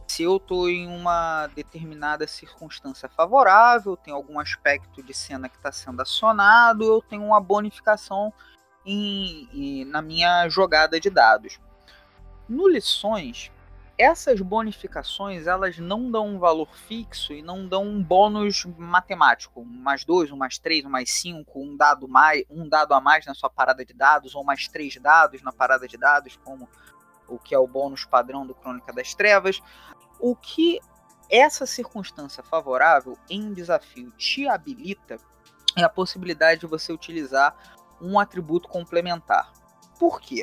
Se eu estou em uma determinada circunstância favorável, tem algum aspecto de cena que está sendo acionado, eu tenho uma bonificação em, em, na minha jogada de dados. No Lições, essas bonificações elas não dão um valor fixo e não dão um bônus matemático, um mais dois, um mais três, um mais cinco, um dado, mais, um dado a mais na sua parada de dados, ou mais três dados na parada de dados, como o que é o bônus padrão do Crônica das Trevas. O que essa circunstância favorável em um desafio te habilita é a possibilidade de você utilizar um atributo complementar. Por quê?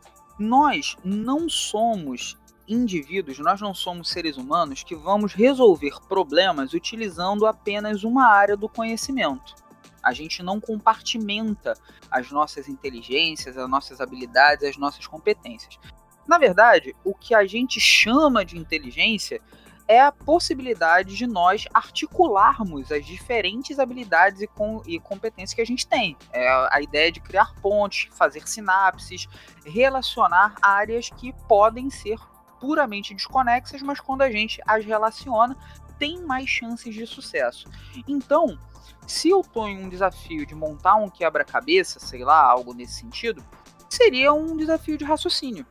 Nós não somos indivíduos, nós não somos seres humanos que vamos resolver problemas utilizando apenas uma área do conhecimento. A gente não compartimenta as nossas inteligências, as nossas habilidades, as nossas competências. Na verdade, o que a gente chama de inteligência é a possibilidade de nós articularmos as diferentes habilidades e, com, e competências que a gente tem. É a ideia de criar pontes, fazer sinapses, relacionar áreas que podem ser puramente desconexas, mas quando a gente as relaciona, tem mais chances de sucesso. Então, se eu estou em um desafio de montar um quebra-cabeça, sei lá, algo nesse sentido, seria um desafio de raciocínio.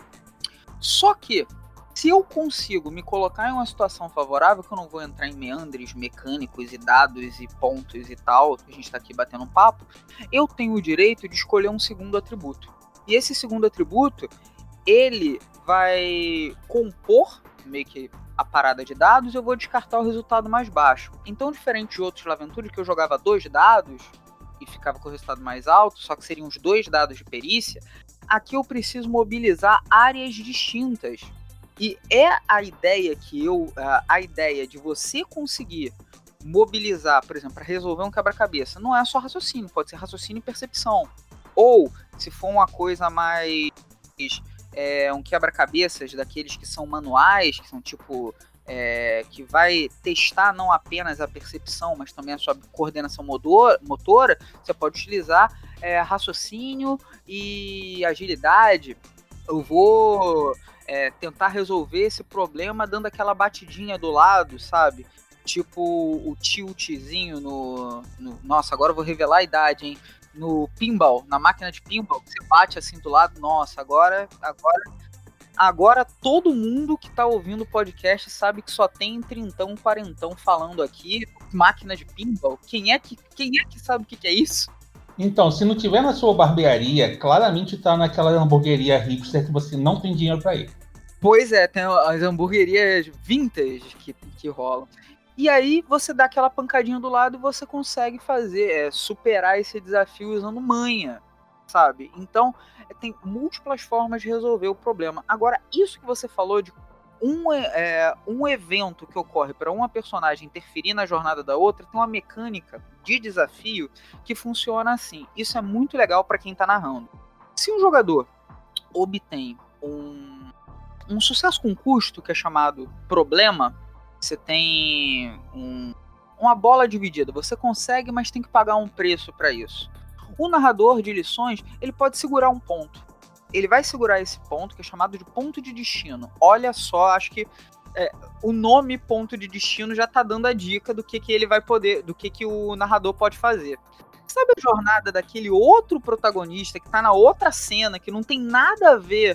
Só que, se eu consigo me colocar em uma situação favorável, que eu não vou entrar em meandres mecânicos e dados e pontos e tal, que a gente está aqui batendo um papo, eu tenho o direito de escolher um segundo atributo. E esse segundo atributo, ele vai compor meio que a parada de dados e eu vou descartar o resultado mais baixo. Então, diferente de outros Laventure, que eu jogava dois dados e ficava com o resultado mais alto, só que seriam os dois dados de perícia, aqui eu preciso mobilizar áreas distintas. E é a ideia que eu, a ideia de você conseguir mobilizar, por exemplo, para resolver um quebra-cabeça, não é só raciocínio, pode ser raciocínio e percepção. Ou, se for uma coisa mais, é, um quebra-cabeças daqueles que são manuais, que são tipo, é, que vai testar não apenas a percepção, mas também a sua coordenação motor, motora, você pode utilizar é, raciocínio e agilidade. Eu vou é, tentar resolver esse problema dando aquela batidinha do lado, sabe? Tipo o tiltzinho no, no... Nossa, agora eu vou revelar a idade, hein? No pinball, na máquina de pinball, você bate assim do lado. Nossa, agora... Agora, agora todo mundo que tá ouvindo o podcast sabe que só tem trintão, quarentão falando aqui. Máquina de pinball? Quem é que, quem é que sabe o que, que é isso? Então, se não tiver na sua barbearia, claramente tá naquela hamburgueria hipster que você não tem dinheiro pra ir. Pois é, tem as hamburguerias vintage que, que rolam. E aí você dá aquela pancadinha do lado e você consegue fazer, é, superar esse desafio usando manha, sabe? Então, tem múltiplas formas de resolver o problema. Agora, isso que você falou de um, é, um evento que ocorre para uma personagem interferir na jornada da outra, tem uma mecânica de desafio que funciona assim. Isso é muito legal para quem está narrando. Se um jogador obtém um, um sucesso com custo, que é chamado problema, você tem um, uma bola dividida, você consegue, mas tem que pagar um preço para isso. O narrador de lições, ele pode segurar um ponto. Ele vai segurar esse ponto, que é chamado de ponto de destino. Olha só, acho que é, o nome ponto de destino já tá dando a dica do que, que ele vai poder, do que, que o narrador pode fazer. Sabe a jornada daquele outro protagonista que tá na outra cena, que não tem nada a ver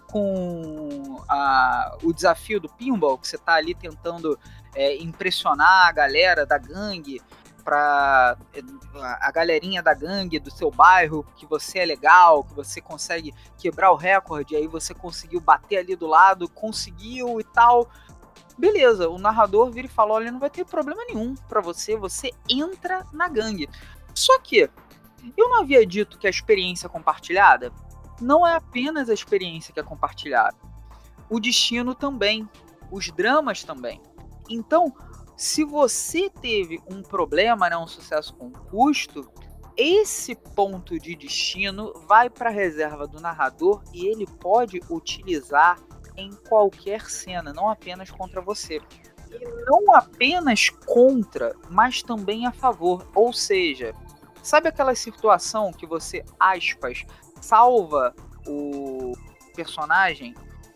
com a, o desafio do pinball, que você tá ali tentando é, impressionar a galera da gangue, pra a galerinha da gangue do seu bairro, que você é legal, que você consegue quebrar o recorde, aí você conseguiu bater ali do lado, conseguiu e tal. Beleza, o narrador vira e fala, olha, não vai ter problema nenhum pra você, você entra na gangue. Só que, eu não havia dito que a experiência compartilhada não é apenas a experiência que é compartilhada. O destino também, os dramas também. Então, se você teve um problema, né, um sucesso com custo, esse ponto de destino vai para a reserva do narrador e ele pode utilizar em qualquer cena, não apenas contra você. E não apenas contra, mas também a favor. Ou seja, sabe aquela situação que você, aspas, salva o personagem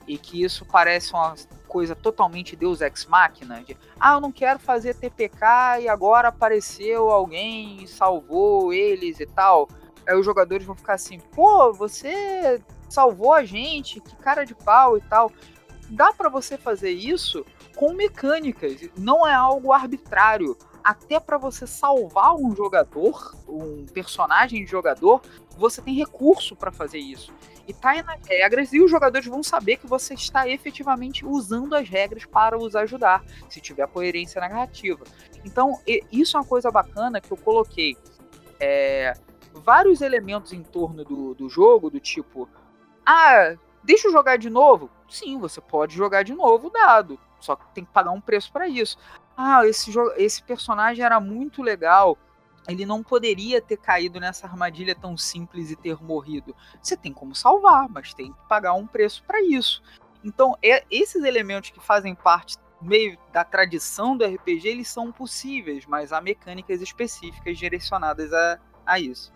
e que isso parece uma coisa totalmente Deus Ex Machina, de, ah, eu não quero fazer T P K e agora apareceu alguém e salvou eles e tal. Aí os jogadores vão ficar assim, pô, você salvou a gente, que cara de pau e tal. Dá pra você fazer isso com mecânicas, não é algo arbitrário. Até para você salvar um jogador, um personagem de jogador, você tem recurso para fazer isso. E tá aí nas regras e os jogadores vão saber que você está efetivamente usando as regras para os ajudar, se tiver coerência narrativa. Então, isso é uma coisa bacana que eu coloquei. É, vários elementos em torno do, do jogo, do tipo, ah, deixa eu jogar de novo? Sim, você pode jogar de novo o dado, só que tem que pagar um preço para isso. Ah, esse, jogo, esse personagem era muito legal, ele não poderia ter caído nessa armadilha tão simples e ter morrido. Você tem como salvar, mas tem que pagar um preço para isso. Então, é, esses elementos que fazem parte meio da tradição do R P G, eles são possíveis, mas há mecânicas específicas direcionadas a, a isso.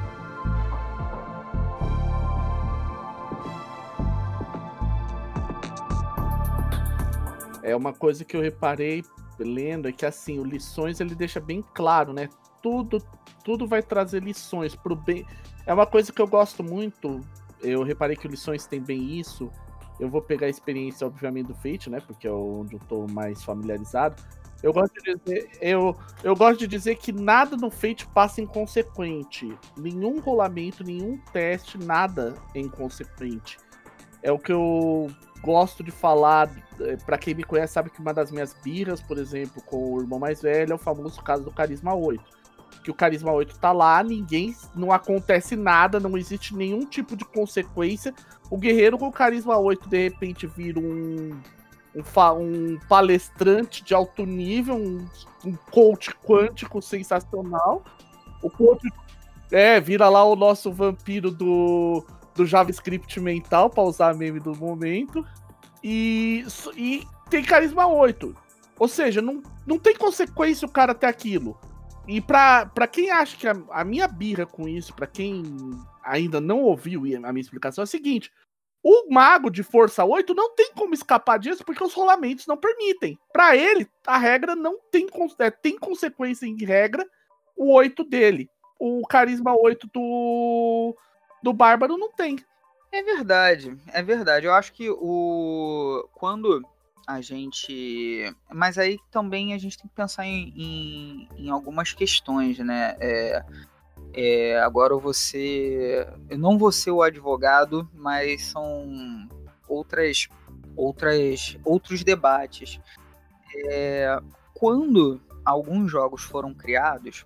É uma coisa que eu reparei lendo, é que assim, o Lições ele deixa bem claro, né? Tudo, tudo vai trazer lições pro bem. É uma coisa que eu gosto muito. Eu reparei que o Lições tem bem isso. Eu vou pegar a experiência, obviamente, do Fate, né? Porque é onde eu tô mais familiarizado. Eu gosto de dizer, eu, eu gosto de dizer que nada no Fate passa inconsequente. Nenhum rolamento, nenhum teste, nada é inconsequente. É o que eu gosto de falar. Pra quem me conhece sabe que uma das minhas birras, por exemplo, com o irmão mais velho, é o famoso caso do Carisma oito. Que o Carisma oito tá lá, ninguém, não acontece nada, não existe nenhum tipo de consequência. O guerreiro com o Carisma oito de repente vira um, um, um palestrante de alto nível, um, um coach quântico sensacional. O coach é, vira lá o nosso vampiro do, do JavaScript mental, pra usar a meme do momento. E, e tem Carisma oito. Ou seja, não, não tem consequência o cara ter aquilo. E pra, pra quem acha que a, a minha birra com isso, pra quem ainda não ouviu a minha explicação, é o seguinte: o mago de força oito não tem como escapar disso porque os rolamentos não permitem. Pra ele, a regra não tem, é, tem consequência em regra, o oito dele. O Carisma oito do, do Bárbaro não tem. É verdade, é verdade. Eu acho que o quando a gente... Mas aí também a gente tem que pensar em, em, em algumas questões, né? É, é, agora eu vou ser... Eu não vou ser o advogado, mas são outras, outras, outros debates. É, quando alguns jogos foram criados,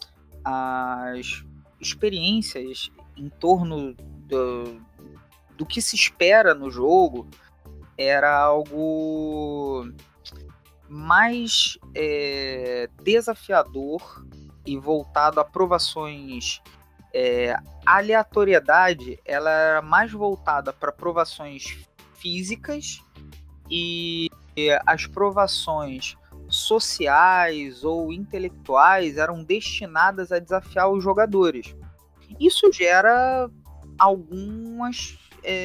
as experiências em torno do... do que se espera no jogo era algo mais é, desafiador e voltado a provações. É, a aleatoriedade ela era mais voltada para provações físicas e as provações sociais ou intelectuais eram destinadas a desafiar os jogadores. Isso gera algumas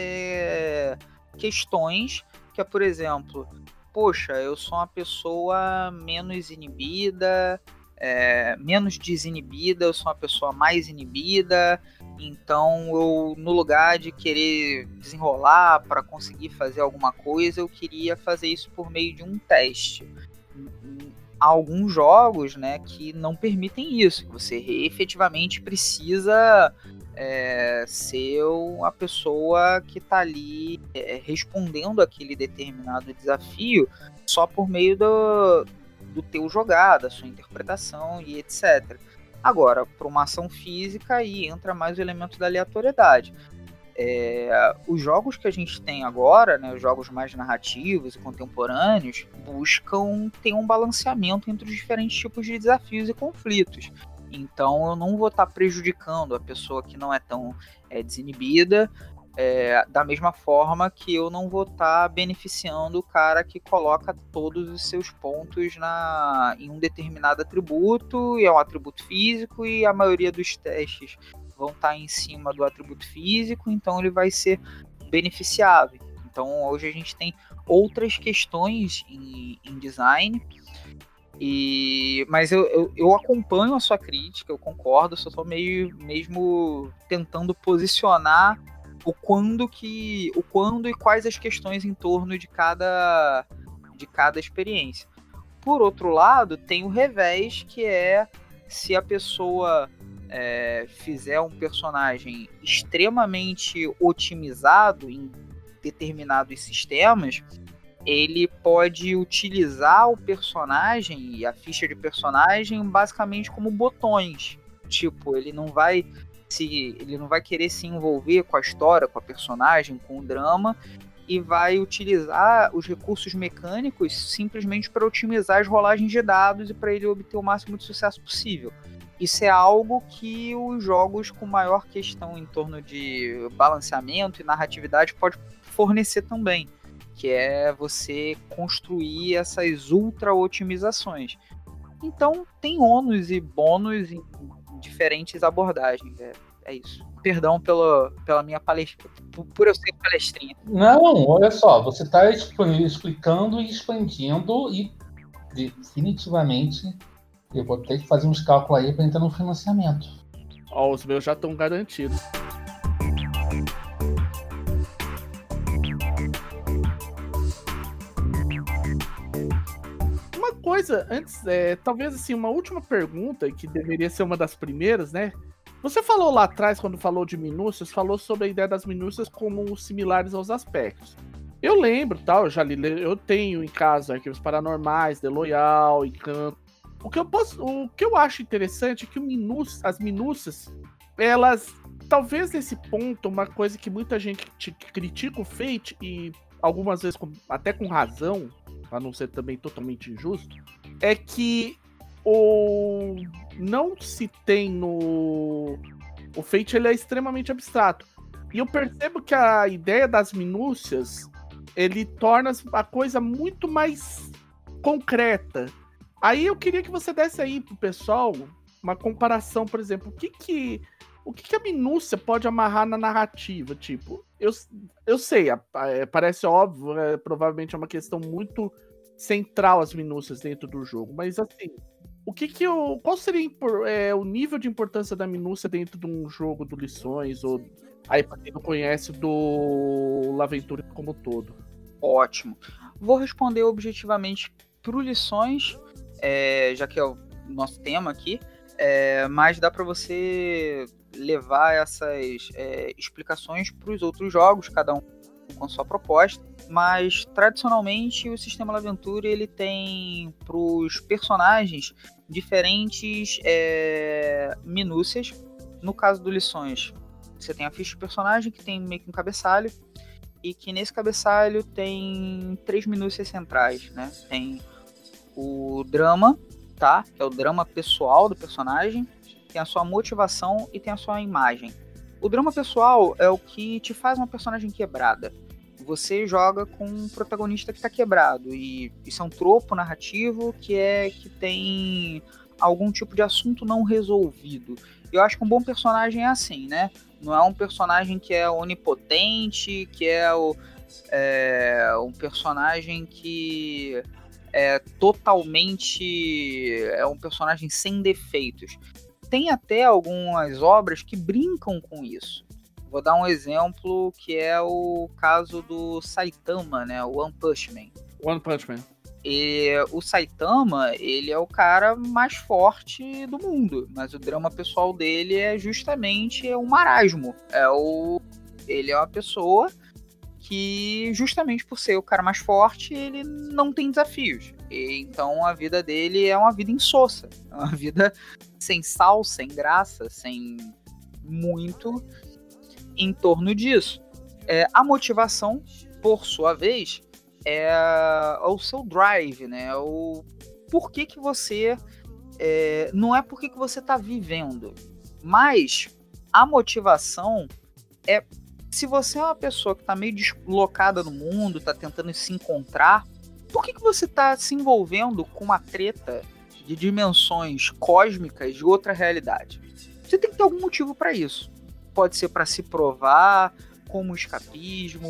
é, questões que é, por exemplo, poxa, eu sou uma pessoa menos inibida, é, menos desinibida, eu sou uma pessoa mais inibida, então eu, no lugar de querer desenrolar para conseguir fazer alguma coisa, eu queria fazer isso por meio de um teste. Há alguns jogos, né, que não permitem isso, que você efetivamente precisa é, ser a pessoa que está ali é, respondendo aquele determinado desafio só por meio do, do teu jogar, da sua interpretação e etcétera. Agora, para uma ação física, aí entra mais o elemento da aleatoriedade. É, os jogos que a gente tem agora, né, os jogos mais narrativos e contemporâneos, buscam ter um balanceamento entre os diferentes tipos de desafios e conflitos. Então eu não vou estar prejudicando a pessoa que não é tão é, desinibida, é, da mesma forma que eu não vou estar beneficiando o cara que coloca todos os seus pontos na, em um determinado atributo, e é um atributo físico, e a maioria dos testes vão estar em cima do atributo físico, então ele vai ser beneficiado. Então hoje a gente tem outras questões em, em design, e, mas eu, eu, eu acompanho a sua crítica, eu concordo, só estou meio mesmo tentando posicionar o quando, que, o quando e quais as questões em torno de cada, de cada experiência. Por outro lado, tem o revés, que é se a pessoa é, fizer um personagem extremamente otimizado em determinados sistemas, ele pode utilizar o personagem e a ficha de personagem basicamente como botões. Tipo, ele não vai se, ele não vai querer se envolver com a história, com a personagem, com o drama, e vai utilizar os recursos mecânicos simplesmente para otimizar as rolagens de dados e para ele obter o máximo de sucesso possível. Isso é algo que os jogos com maior questão em torno de balanceamento e narratividade pode fornecer também, que é você construir essas ultra-otimizações. Então, tem ônus e bônus em diferentes abordagens. É, é isso. Perdão pela, pela minha palestra, por eu ser palestrinha. Não, olha só, você está explicando e expandindo e definitivamente eu vou ter que fazer uns cálculos aí para entrar no financiamento. Ó, os meus já estão garantidos. Uma coisa, antes, é, talvez assim, uma última pergunta, que deveria ser uma das primeiras, né? Você falou lá atrás, quando falou de minúcias, falou sobre a ideia das minúcias como similares aos aspectos. Eu lembro, tal, eu já li, eu tenho em casa Arquivos Paranormais, The Loyal, Encanto. O que eu posso, o que eu acho interessante é que o minúcia, as minúcias, elas, talvez nesse ponto, uma coisa que muita gente critica o Fate, e algumas vezes com, até com razão, para não ser também totalmente injusto, é que o não se tem no o Fate, ele é extremamente abstrato, e eu percebo que a ideia das minúcias ele torna a coisa muito mais concreta. Aí eu queria que você desse aí pro pessoal uma comparação, por exemplo, o que que o que, que a minúcia pode amarrar na narrativa, tipo, eu, eu sei, a, a, parece óbvio, é, provavelmente é uma questão muito central as minúcias dentro do jogo, mas assim, o que que eu, qual seria é, o nível de importância da minúcia dentro de um jogo do Lições, ou aí pra quem não conhece, do L'Aventura como um todo? Ótimo. Vou responder objetivamente pro Lições, é, já que é o nosso tema aqui, é, mas dá para você levar essas é, explicações para os outros jogos, cada um com a sua proposta. Mas tradicionalmente o sistema L'Aventura ele tem para os personagens diferentes é, minúcias. No caso do Lições, você tem a ficha de personagem que tem meio que um cabeçalho, e que nesse cabeçalho tem três minúcias centrais, né? Tem o drama, tá? Que é o drama pessoal do personagem, tem a sua motivação e tem a sua imagem. O drama pessoal é o que te faz uma personagem quebrada. Você joga com um protagonista que está quebrado, e isso é um tropo narrativo que é que tem algum tipo de assunto não resolvido. Eu acho que um bom personagem é assim, né? Não é um personagem que é onipotente, que é, o, é um personagem que é totalmente... é um personagem sem defeitos. Tem até algumas obras que brincam com isso. Vou dar um exemplo, que é o caso do Saitama, né? O One Punch Man. One Punch Man. E o Saitama, ele é o cara mais forte do mundo, mas o drama pessoal dele é justamente um marasmo. É o... Ele é uma pessoa que, justamente por ser o cara mais forte, ele não tem desafios. E, então a vida dele é uma vida insossa. É uma vida sem sal, sem graça, sem muito em torno disso. É, a motivação, por sua vez, é o seu drive, né? O porquê que você... É, não é porque que você está vivendo, mas a motivação é... Se você é uma pessoa que está meio deslocada no mundo, está tentando se encontrar, por que que você está se envolvendo com uma treta de dimensões cósmicas de outra realidade? Você tem que ter algum motivo para isso. Pode ser para se provar, como escapismo,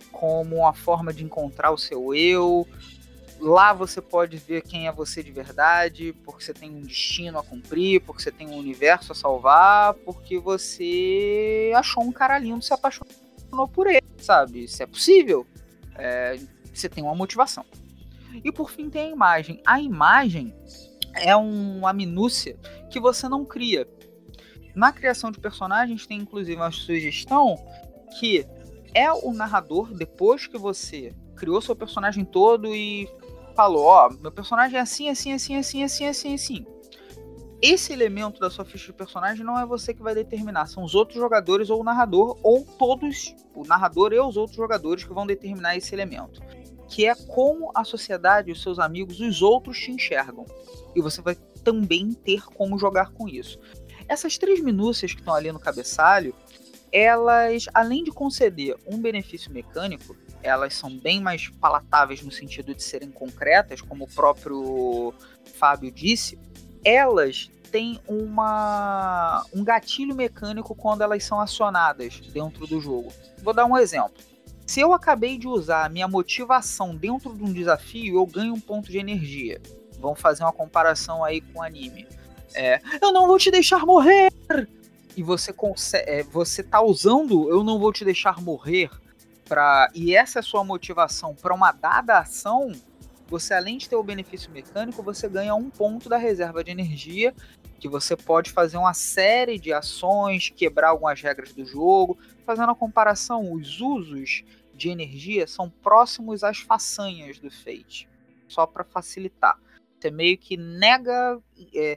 como uma forma de encontrar o seu eu. Lá você pode ver quem é você de verdade, porque você tem um destino a cumprir, porque você tem um universo a salvar, porque você achou um cara lindo, se apaixonou por ele, sabe? Isso é possível. É, você tem uma motivação. E por fim tem a imagem. A imagem é uma minúcia que você não cria. Na criação de personagens tem inclusive uma sugestão que é o narrador, depois que você criou seu personagem todo e falou, ó, oh, meu personagem é assim, assim, assim, assim, assim, assim, assim. Esse elemento da sua ficha de personagem não é você que vai determinar, são os outros jogadores ou o narrador, ou todos, o narrador e os outros jogadores que vão determinar esse elemento. Que é como a sociedade, os seus amigos, os outros te enxergam. E você vai também ter como jogar com isso. Essas três minúcias que estão ali no cabeçalho, elas, além de conceder um benefício mecânico, elas são bem mais palatáveis no sentido de serem concretas, como o próprio Fábio disse, elas têm uma, um gatilho mecânico quando elas são acionadas dentro do jogo. Vou dar um exemplo. Se eu acabei de usar a minha motivação dentro de um desafio, eu ganho um ponto de energia. Vamos fazer uma comparação aí com o anime. É, eu não vou te deixar morrer! E você, consegue, é, você tá usando eu não vou te deixar morrer pra, e essa é a sua motivação para uma dada ação, você além de ter o benefício mecânico, você ganha um ponto da reserva de energia, que você pode fazer uma série de ações, quebrar algumas regras do jogo. Fazendo a comparação, os usos de energia são próximos às façanhas do Fate, só para facilitar. Você meio que nega... É,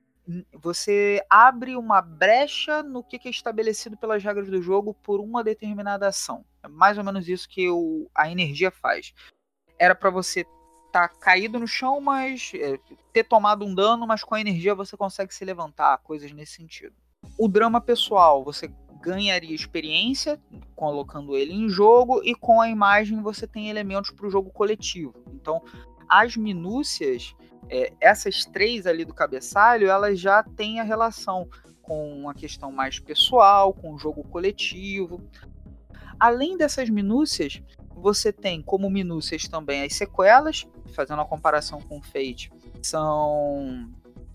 você abre uma brecha no que é estabelecido pelas regras do jogo por uma determinada ação. É mais ou menos isso que o, a energia faz. Era para você estar tá caído no chão, mas é, ter tomado um dano, mas com a energia você consegue se levantar, coisas nesse sentido. O drama pessoal, você ganharia experiência colocando ele em jogo, e com a imagem você tem elementos para o jogo coletivo. Então, as minúcias... É, essas três ali do cabeçalho, elas já têm a relação com uma questão mais pessoal, com o jogo coletivo. Além dessas minúcias, você tem como minúcias também as sequelas, fazendo a comparação com o Fate, são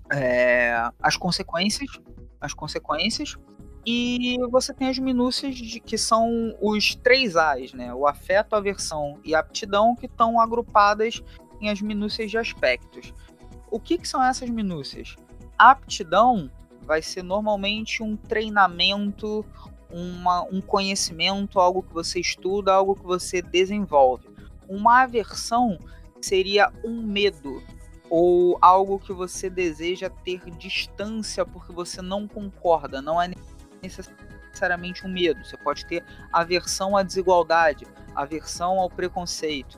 é, as consequências, as consequências, e você tem as minúcias de, que são os três A's, né? O afeto, aversão e aptidão, que estão agrupadas em as minúcias de aspectos. O que, que são essas minúcias? A aptidão vai ser normalmente um treinamento, uma, um conhecimento, algo que você estuda, algo que você desenvolve. Uma aversão seria um medo, ou algo que você deseja ter distância porque você não concorda, não é necessariamente um medo. Você pode ter aversão à desigualdade, aversão ao preconceito.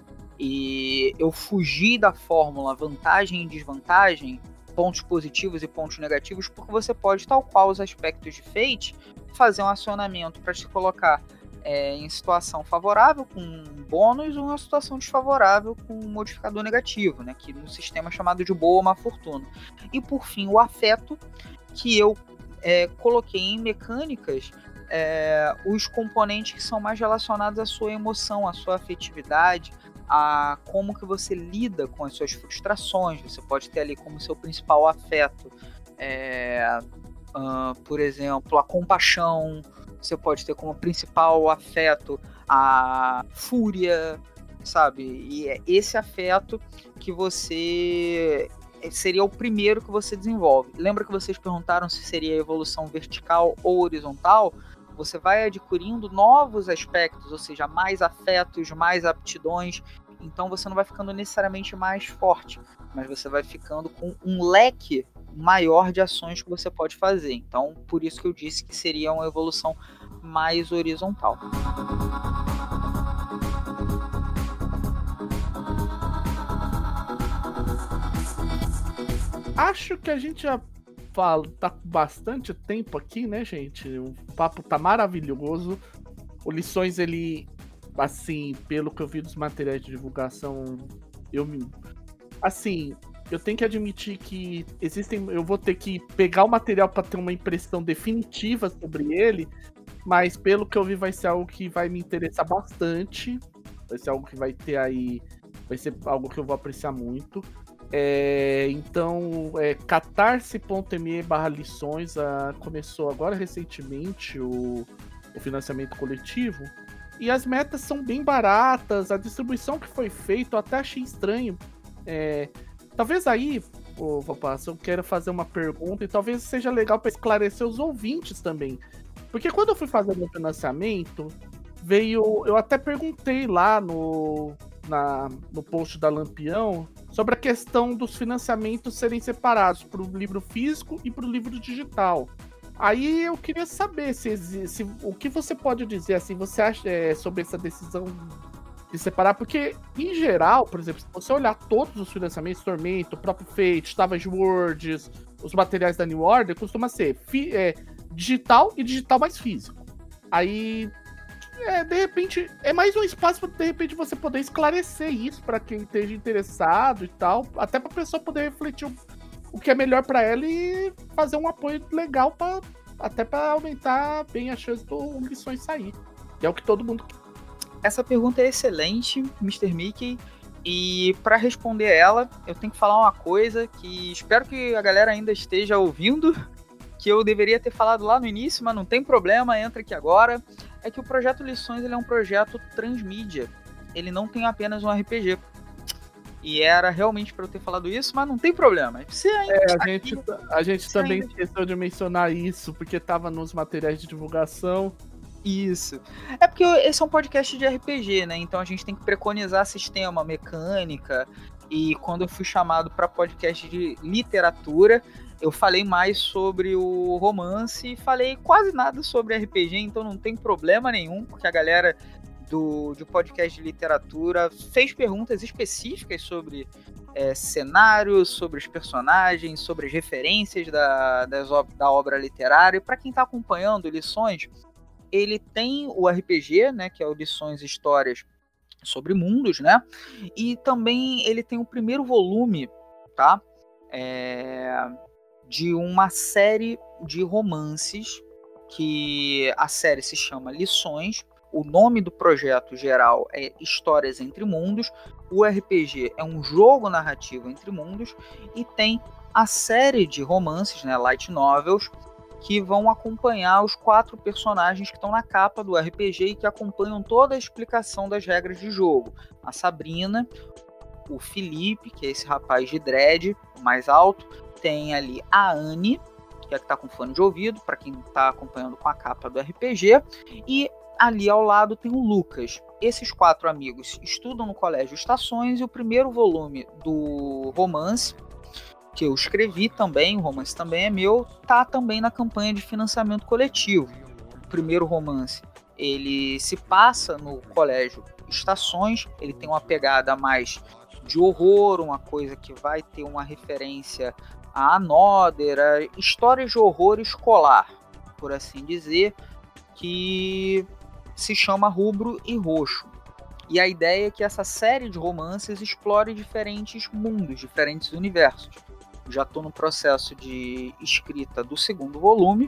E eu fugi da fórmula vantagem e desvantagem, pontos positivos e pontos negativos, porque você pode, tal qual os aspectos de Fate, fazer um acionamento para te colocar é, em situação favorável com um bônus, ou uma situação desfavorável com um modificador negativo, né, que no sistema é chamado de boa ou má fortuna. E por fim, o afeto, que eu é, coloquei em mecânicas é, os componentes que são mais relacionados à sua emoção, à sua afetividade, a como que você lida com as suas frustrações. Você pode ter ali como seu principal afeto, é, uh, por exemplo, a compaixão. Você pode ter como principal afeto a fúria, sabe? E é esse afeto que você... seria o primeiro que você desenvolve. Lembra que vocês perguntaram se seria evolução vertical ou horizontal? Você vai adquirindo novos aspectos, ou seja, mais afetos, mais aptidões. Então você não vai ficando necessariamente mais forte, mas você vai ficando com um leque maior de ações que você pode fazer. Então, por isso que eu disse que seria uma evolução mais horizontal. Acho que a gente já fala, tá com bastante tempo aqui, né, gente? O papo tá maravilhoso. O Lições, ele, assim, pelo que eu vi dos materiais de divulgação, eu me... Assim, eu tenho que admitir que existem... Eu vou ter que pegar o material para ter uma impressão definitiva sobre ele, mas pelo que eu vi vai ser algo que vai me interessar bastante, vai ser algo que vai ter aí, vai ser algo que eu vou apreciar muito. É, então, é, catarse.me barra lições ah, começou agora recentemente o, o financiamento coletivo, e as metas são bem baratas, a distribuição que foi feita eu até achei estranho. É, talvez aí, ô Valpasso, eu quero fazer uma pergunta e talvez seja legal para esclarecer os ouvintes também, porque quando eu fui fazer meu financiamento, veio, eu até perguntei lá no, na, no post da Lampião sobre a questão dos financiamentos serem separados para o livro físico e para o livro digital. Aí eu queria saber se, se o que você pode dizer, assim, você acha é, sobre essa decisão de separar, porque em geral, por exemplo, se você olhar todos os financiamentos, Tormento, o próprio Fate, Savage Worlds, os materiais da New Order, costuma ser fi, é, digital e digital mais físico. Aí É, de repente, é mais um espaço para de repente você poder esclarecer isso para quem esteja interessado e tal, até para a pessoa poder refletir o, o que é melhor para ela e fazer um apoio legal para até para aumentar bem a chance do Lições sair, que é o que todo mundo quer. Essa pergunta é excelente, mister Mickey, e para responder ela, eu tenho que falar uma coisa que espero que a galera ainda esteja ouvindo, que eu deveria ter falado lá no início, mas não tem problema, entra aqui agora. É que o projeto Lições ele é um projeto transmídia. Ele não tem apenas um R P G. E era realmente para eu ter falado isso, mas não tem problema. Você ainda é, está a gente, aqui, a gente também ainda... esqueceu de mencionar isso, porque estava nos materiais de divulgação. Isso. É porque esse é um podcast de R P G, né? Então a gente tem que preconizar sistema, mecânica. E quando eu fui chamado para podcast de literatura, eu falei mais sobre o romance e falei quase nada sobre R P G, então não tem problema nenhum, porque a galera do, do podcast de literatura fez perguntas específicas sobre é, cenários, sobre os personagens, sobre as referências da, das, da obra literária. E para quem está acompanhando Lições, ele tem o R P G, né, que é o Lições Histórias sobre Mundos, né? E também ele tem o primeiro volume, tá? É... de uma série de romances, que a série se chama Lições, o nome do projeto geral é Histórias Entre Mundos, o R P G é um jogo narrativo entre mundos, e tem a série de romances, né, light novels, que vão acompanhar os quatro personagens que estão na capa do R P G e que acompanham toda a explicação das regras de jogo. A Sabrina, o Felipe, que é esse rapaz de dread, o mais alto, tem ali a Anne, que é a que tá com fone de ouvido, para quem tá acompanhando com a capa do R P G, e ali ao lado tem o Lucas. Esses quatro amigos estudam no Colégio Estações, e o primeiro volume do romance, que eu escrevi também, o romance também é meu, tá também na campanha de financiamento coletivo. O primeiro romance, ele se passa no Colégio Estações, ele tem uma pegada mais de horror, uma coisa que vai ter uma referência a Another, a histórias de horror escolar, por assim dizer, que se chama Rubro e Roxo. E a ideia é que essa série de romances explore diferentes mundos, diferentes universos. Já estou no processo de escrita do segundo volume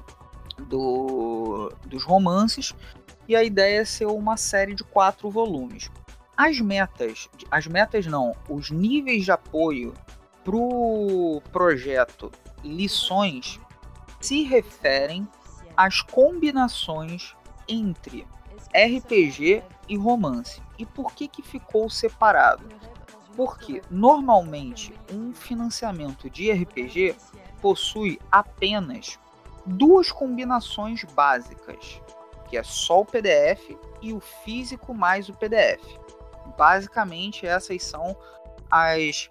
do, dos romances, e a ideia é ser uma série de quatro volumes. As metas, as metas não, os níveis de apoio para o projeto Lições se referem às combinações entre R P G e romance. E por que que ficou separado? Porque normalmente um financiamento de R P G possui apenas duas combinações básicas, que é só o P D F e o físico mais o P D F. Basicamente essas são as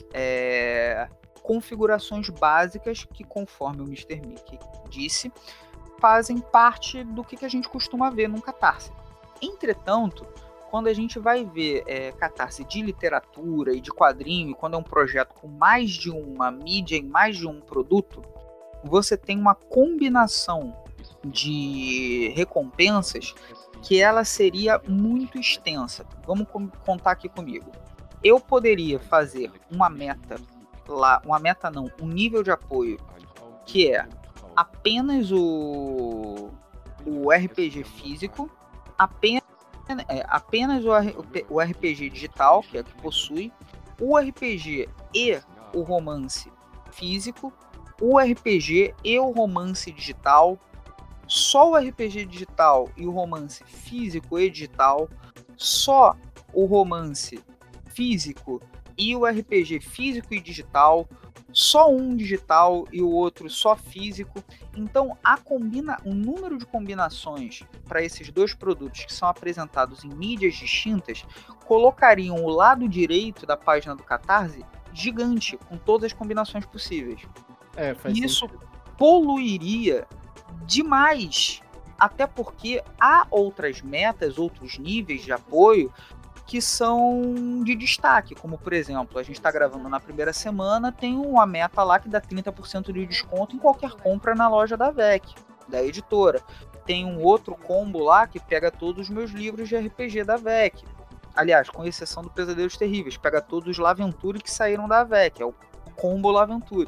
é, configurações básicas que, conforme o mister Mickey disse, fazem parte do que, que a gente costuma ver num Catarse. Entretanto, quando a gente vai ver é, Catarse de literatura e de quadrinho, e quando é um projeto com mais de uma mídia e mais de um produto, você tem uma combinação de recompensas que ela seria muito extensa. Vamos contar aqui comigo. Eu poderia fazer uma meta lá, uma meta não, um nível de apoio que é apenas o o R P G físico, apenas, é, apenas o, o R P G digital, que é o que possui, o R P G e o romance físico, o R P G e o romance digital, só o R P G digital e o romance físico e digital, só o romance físico e o R P G físico e digital, só um digital e o outro só físico. Então, a combina, o número de combinações para esses dois produtos que são apresentados em mídias distintas colocariam o lado direito da página do Catarse gigante, com todas as combinações possíveis. É, faz Isso sentido. poluiria demais, até porque há outras metas, outros níveis de apoio que são de destaque, como por exemplo, a gente está gravando na primeira semana, tem uma meta lá que dá trinta por cento de desconto em qualquer compra na loja da V E C, da editora. Tem um outro combo lá que pega todos os meus livros de R P G da V E C. Aliás, com exceção do Pesadelos Terríveis, pega todos os Laventure que saíram da V E C, é o combo Laventure.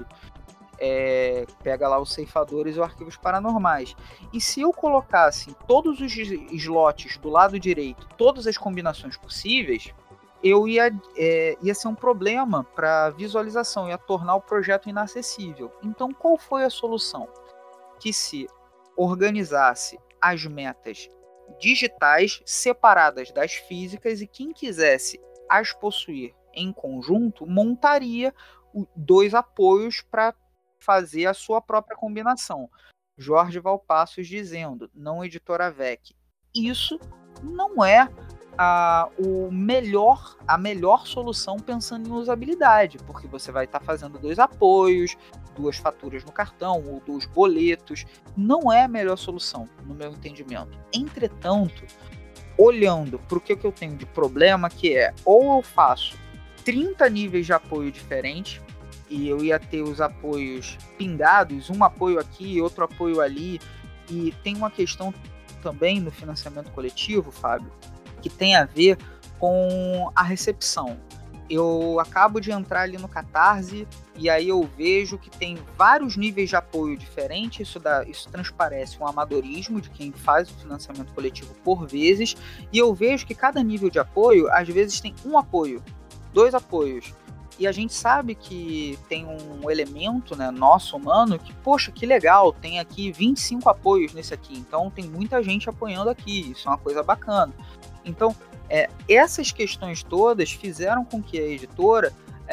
É, pega lá os ceifadores e os arquivos paranormais. E se eu colocasse todos os slots do lado direito, todas as combinações possíveis, eu ia, é, ia ser um problema para visualização, ia tornar o projeto inacessível. Então, qual foi a solução? Que se organizasse as metas digitais separadas das físicas e quem quisesse as possuir em conjunto, montaria dois apoios para fazer a sua própria combinação. Jorge Valpassos dizendo, não editora V E C. Isso não é a, o melhor, a melhor solução pensando em usabilidade, porque você vai estar tá fazendo dois apoios, duas faturas no cartão ou dois boletos. Não é a melhor solução, no meu entendimento. Entretanto, olhando para o que, que eu tenho de problema, que é ou eu faço trinta níveis de apoio diferentes, e eu ia ter os apoios pingados, um apoio aqui, outro apoio ali, e tem uma questão também no financiamento coletivo, Fábio, que tem a ver com a recepção. Eu acabo de entrar ali no Catarse e aí eu vejo que tem vários níveis de apoio diferentes, isso, dá, isso transparece um amadorismo de quem faz o financiamento coletivo por vezes, e eu vejo que cada nível de apoio, às vezes tem um apoio, dois apoios, e a gente sabe que tem um elemento, né, nosso humano, que, poxa, que legal, tem aqui vinte e cinco apoios nesse aqui, então tem muita gente apoiando aqui, isso é uma coisa bacana. Então, é, essas questões todas fizeram com que a editora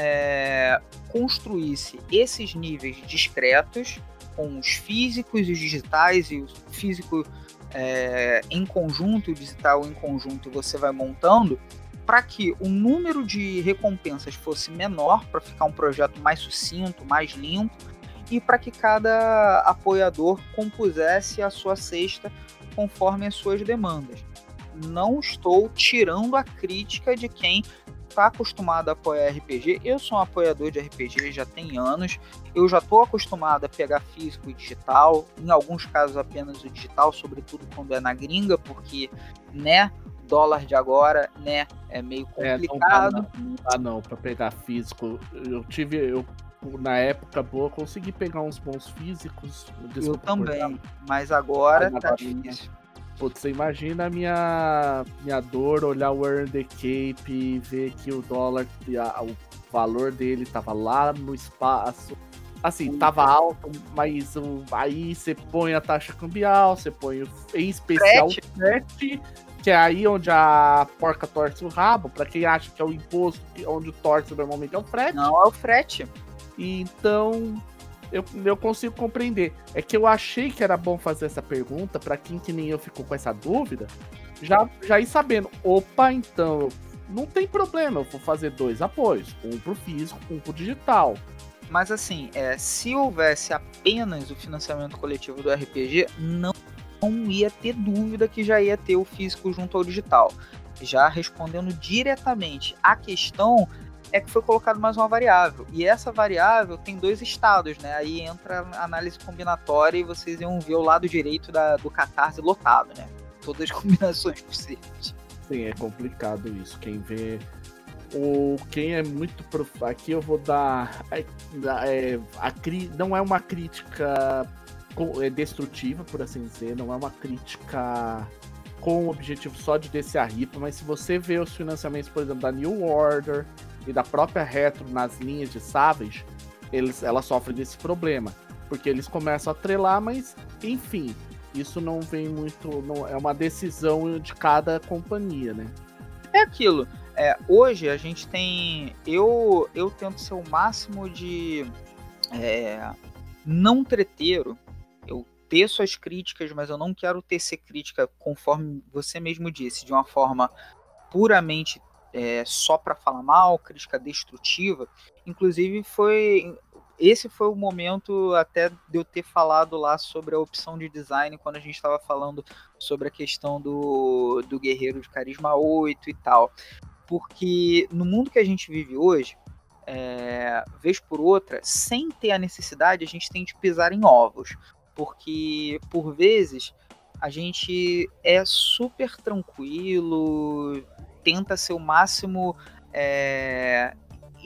é, construísse esses níveis discretos, com os físicos e os digitais, e o físico é, em conjunto e o digital em conjunto você vai montando, para que o número de recompensas fosse menor, para ficar um projeto mais sucinto, mais limpo, e para que cada apoiador compusesse a sua cesta conforme as suas demandas. Não estou tirando a crítica de quem está acostumado a apoiar R P G. Eu sou um apoiador de R P G já tem anos, eu já estou acostumado a pegar físico e digital, em alguns casos apenas o digital, sobretudo quando é na gringa, porque, né, dólar de agora, né, é meio complicado. É, não dá não, para pegar físico. Eu tive, eu na época boa consegui pegar uns bons físicos. Eu também, mas agora mas tá agora, difícil. Putz, você imagina a minha, minha dor, olhar o Earn the Cape e ver que o dólar, a, o valor dele tava lá no espaço. Assim, tava alto, mas o, aí você põe a taxa cambial, você põe o, em especial frete. o frete, que é aí onde a porca torce o rabo, pra quem acha que é o imposto, onde torce normalmente é o frete. Não, é o frete. E então, eu, eu consigo compreender. É que eu achei que era bom fazer essa pergunta, pra quem que nem eu ficou com essa dúvida, já, já ir sabendo, opa, então, não tem problema, eu vou fazer dois apoios, um pro físico, um pro digital. Mas assim, é, se houvesse apenas o financiamento coletivo do R P G, não não ia ter dúvida que já ia ter o físico junto ao digital. Já respondendo diretamente, a questão é que foi colocado mais uma variável, e essa variável tem dois estados, né? Aí entra a análise combinatória e vocês iam ver o lado direito da, do Catarse lotado, né? Todas as combinações possíveis. Sim, é complicado isso. Quem vê... Ou quem é muito... Prof... Aqui eu vou dar... É, a cri... Não é uma crítica é destrutiva, por assim dizer, não é uma crítica com o objetivo só de descer a ripa, mas se você vê os financiamentos, por exemplo, da New Order e da própria Retro nas linhas de Savage, eles, ela sofre desse problema, porque eles começam a atrelar, mas, enfim, isso não vem muito, não, é uma decisão de cada companhia, né? É aquilo, é, hoje a gente tem, eu, eu tento ser o máximo de é, não treteiro. Eu teço as críticas, mas eu não quero tecer crítica, conforme você mesmo disse, de uma forma puramente é, só para falar mal, crítica destrutiva. Inclusive, foi esse foi o momento até de eu ter falado lá sobre a opção de design, quando a gente estava falando sobre a questão do, do Guerreiro de Carisma oito e tal. Porque no mundo que a gente vive hoje, é, vez por outra, sem ter a necessidade, a gente tem de pisar em ovos. Porque, por vezes, a gente é super tranquilo, tenta ser o máximo é,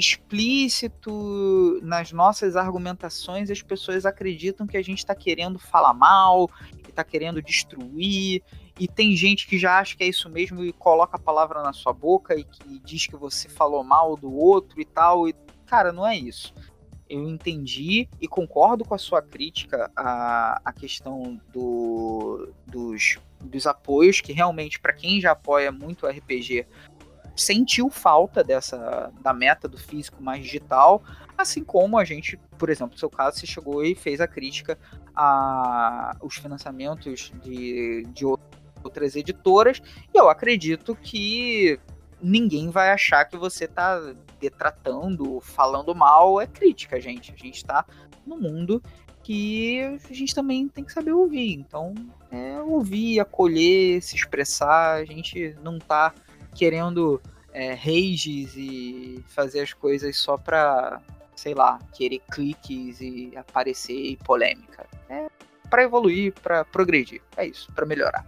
explícito nas nossas argumentações, e as pessoas acreditam que a gente está querendo falar mal, que está querendo destruir, e tem gente que já acha que é isso mesmo e coloca a palavra na sua boca e que diz que você falou mal do outro e tal, e, cara, não é isso. Eu entendi e concordo com a sua crítica à, à questão do, dos, dos apoios, que realmente, para quem já apoia muito o R P G, sentiu falta dessa, da meta do físico mais digital, assim como a gente, por exemplo, no seu caso, você chegou e fez a crítica aos financiamentos de, de outras editoras, e eu acredito que ninguém vai achar que você está detratando, falando mal, é crítica, gente. A gente está no mundo que a gente também tem que saber ouvir. Então, é ouvir, acolher, se expressar. A gente não tá querendo é, rages e fazer as coisas só para, sei lá, querer cliques e aparecer e polêmica. É para evoluir, para progredir. É isso, para melhorar.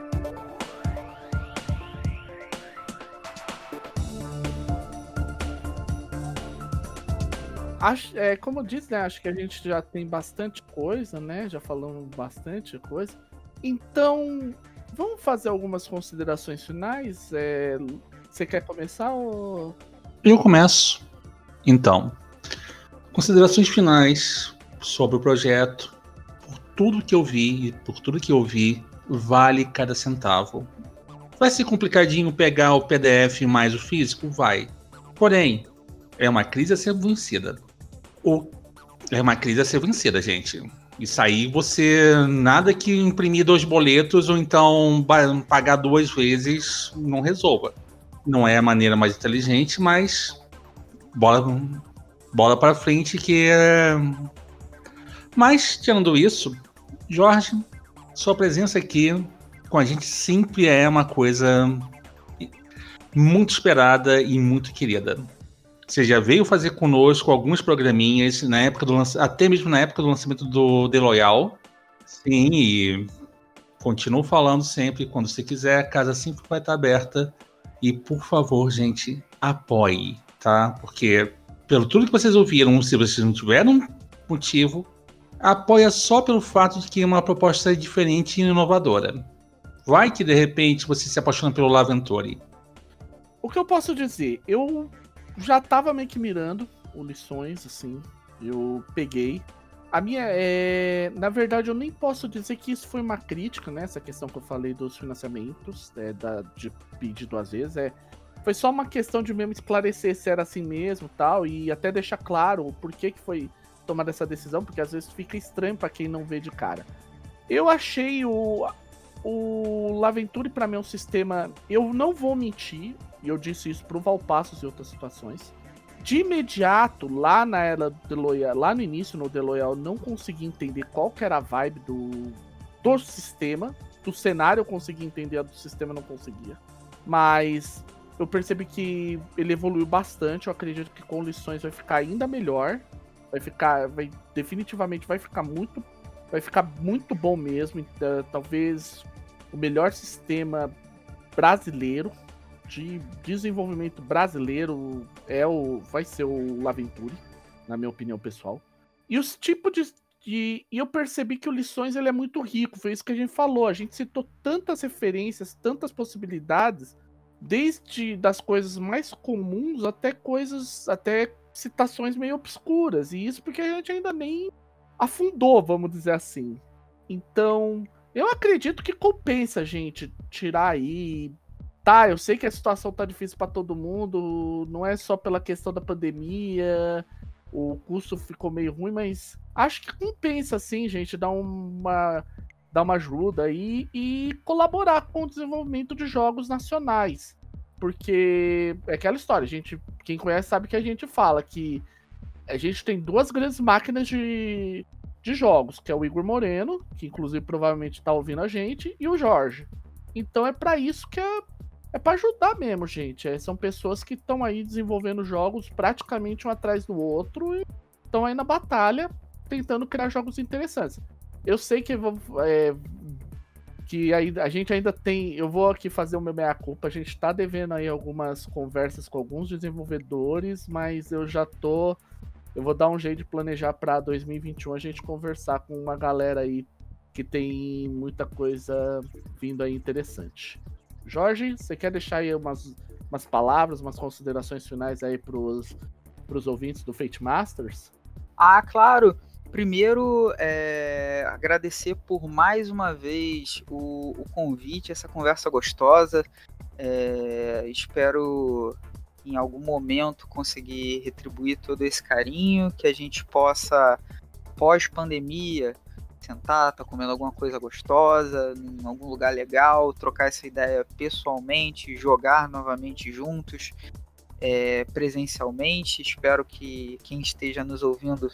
Acho, é, como eu disse, né, acho que a gente já tem bastante coisa, né? Já falamos bastante coisa. Então, vamos fazer algumas considerações finais? É, você quer começar ou... Eu começo. Então, considerações finais sobre o projeto. Por tudo que eu vi, por tudo que eu vi, vale cada centavo. Vai ser complicadinho pegar o P D F mais o físico? Vai. Porém, é uma crise a ser vencida. Ou é uma crise a ser vencida, gente. Isso aí você... Nada que imprimir dois boletos ou então pagar duas vezes não resolva. Não é a maneira mais inteligente, mas... Bola, bola pra frente que... É... Mas, tirando isso, Jorge, sua presença aqui com a gente sempre é uma coisa muito esperada e muito querida. Você já veio fazer conosco alguns programinhas na época do lança... até mesmo na época do lançamento do The Loyal. Sim, e continuo falando sempre, quando você quiser, a casa sempre vai estar aberta. E por favor, gente, apoie, tá? Porque pelo tudo que vocês ouviram, se vocês não tiveram motivo, apoia só pelo fato de que é uma proposta diferente e inovadora. Vai que de repente você se apaixona pelo Laventure. O que eu posso dizer? Eu já tava meio que mirando o Lições, assim. Eu peguei. A minha é... Na verdade, eu nem posso dizer que isso foi uma crítica, né? Essa questão que eu falei dos financiamentos, é, da, de pedir duas vezes. É... Foi só uma questão de mesmo esclarecer se era assim mesmo tal. E até deixar claro o porquê que foi tomada essa decisão. Porque às vezes fica estranho pra quem não vê de cara. Eu achei o... O Laventure, pra mim, é um sistema... Eu não vou mentir, e eu disse isso pro Valpassos e outras situações. De imediato, lá na era do Loyal, lá no início, no The Loyal, não consegui entender qual que era a vibe do, do sistema. Do cenário eu consegui entender, a do sistema eu não conseguia. Mas eu percebi que ele evoluiu bastante. Eu acredito que com Lições vai ficar ainda melhor. Vai ficar... Vai, definitivamente vai ficar muito... Vai ficar muito bom mesmo. Então, talvez... o melhor sistema brasileiro, de desenvolvimento brasileiro, é o, vai ser o Laventure, na minha opinião pessoal. E os tipos de E, e eu percebi que o Lições ele é muito rico, foi isso que a gente falou. A gente citou tantas referências, tantas possibilidades, desde das coisas mais comuns até coisas, até citações meio obscuras. E isso porque a gente ainda nem afundou, vamos dizer assim. Então, eu acredito que compensa a gente tirar aí. Tá, eu sei que a situação tá difícil para todo mundo, não é só pela questão da pandemia, o custo ficou meio ruim, mas acho que compensa, sim, gente, dar uma, dar uma ajuda aí e colaborar com o desenvolvimento de jogos nacionais. Porque é aquela história, gente, quem conhece sabe que a gente fala que a gente tem duas grandes máquinas de, de jogos, que é o Igor Moreno, que inclusive provavelmente tá ouvindo a gente, e o Jorge. Então é para isso que é, é para ajudar mesmo, gente. É, são pessoas que estão aí desenvolvendo jogos praticamente um atrás do outro e estão aí na batalha tentando criar jogos interessantes. Eu sei que, é, que aí a gente ainda tem... Eu vou aqui fazer o meu meia-culpa. A gente tá devendo aí algumas conversas com alguns desenvolvedores, mas eu já tô... Eu vou dar um jeito de planejar para dois mil e vinte e um a gente conversar com uma galera aí que tem muita coisa vindo aí interessante. Jorge, você quer deixar aí umas, umas palavras, umas considerações finais aí pros, pros ouvintes do Fate Masters? Ah, claro! Primeiro, é, agradecer por mais uma vez o, o convite, essa conversa gostosa. É, espero em algum momento conseguir retribuir todo esse carinho, que a gente possa, pós-pandemia, sentar, tá comendo alguma coisa gostosa, em algum lugar legal, trocar essa ideia pessoalmente, jogar novamente juntos, é, presencialmente. Espero que quem esteja nos ouvindo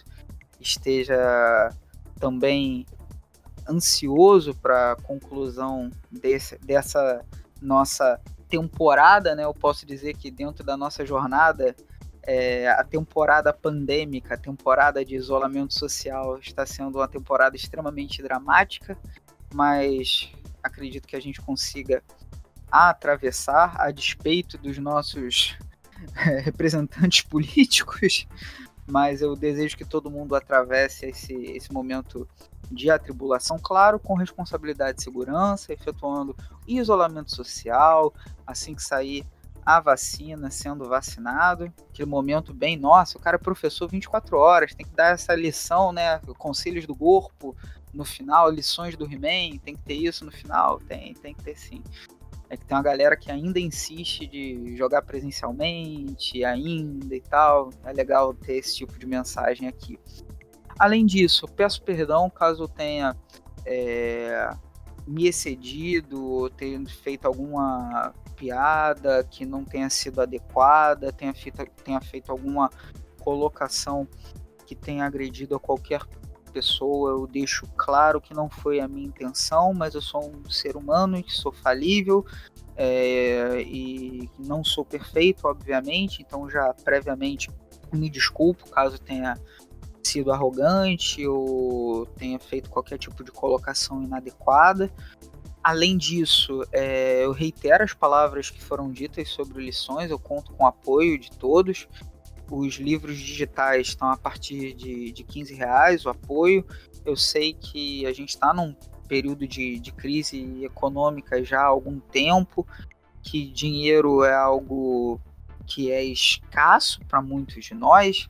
esteja também ansioso para a conclusão desse, dessa nossa temporada, né? Eu posso dizer que dentro da nossa jornada, é, a temporada pandêmica, a temporada de isolamento social está sendo uma temporada extremamente dramática, mas acredito que a gente consiga atravessar, a despeito dos nossos é, representantes políticos, mas eu desejo que todo mundo atravesse esse, esse momento de atribulação, claro, com responsabilidade de segurança, efetuando isolamento social, assim que sair a vacina, sendo vacinado, aquele momento bem, nossa, o cara é professor vinte e quatro horas, tem que dar essa lição, né, conselhos do corpo no final, lições do He-Man, tem que ter isso no final, tem, tem que ter sim. É que tem uma galera que ainda insiste de jogar presencialmente, ainda e tal, é legal ter esse tipo de mensagem aqui. Além disso, peço perdão caso eu tenha é, me excedido, ou tenha feito alguma piada que não tenha sido adequada, tenha feito, tenha feito alguma colocação que tenha agredido a qualquer pessoa. Eu deixo claro que não foi a minha intenção, mas eu sou um ser humano e que sou falível, é, e não sou perfeito, obviamente, então já previamente me desculpo caso tenha sido arrogante ou tenha feito qualquer tipo de colocação inadequada. Além disso, é, eu reitero as palavras que foram ditas sobre lições, eu conto com o apoio de todos. Os livros digitais estão a partir de, de quinze reais, o apoio. Eu sei que a gente está num período de, de crise econômica já há algum tempo, que dinheiro é algo que é escasso para muitos de nós,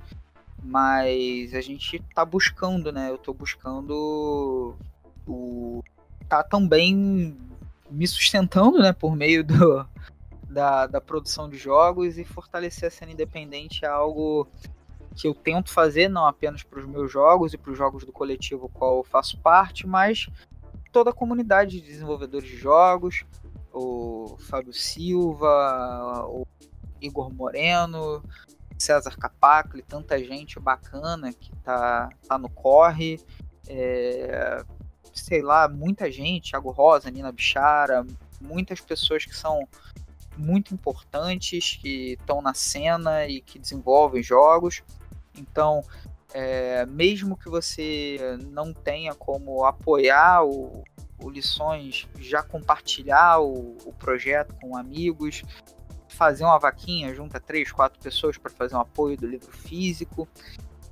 mas a gente está buscando, né? Eu estou buscando o... tá também me sustentando, né, por meio do, da, da produção de jogos, e fortalecer a cena independente é algo que eu tento fazer, não apenas para os meus jogos e para os jogos do coletivo ao qual eu faço parte, mas toda a comunidade de desenvolvedores de jogos, o Fábio Silva, o Igor Moreno, César Capacli, tanta gente bacana que tá, tá no corre, é, sei lá, muita gente, Thiago Rosa, Nina Bichara, muitas pessoas que são muito importantes, que estão na cena e que desenvolvem jogos. Então, é, mesmo que você não tenha como apoiar o, o Lições, já compartilhar o, o projeto com amigos, fazer uma vaquinha, junta três, quatro pessoas para fazer um apoio do livro físico.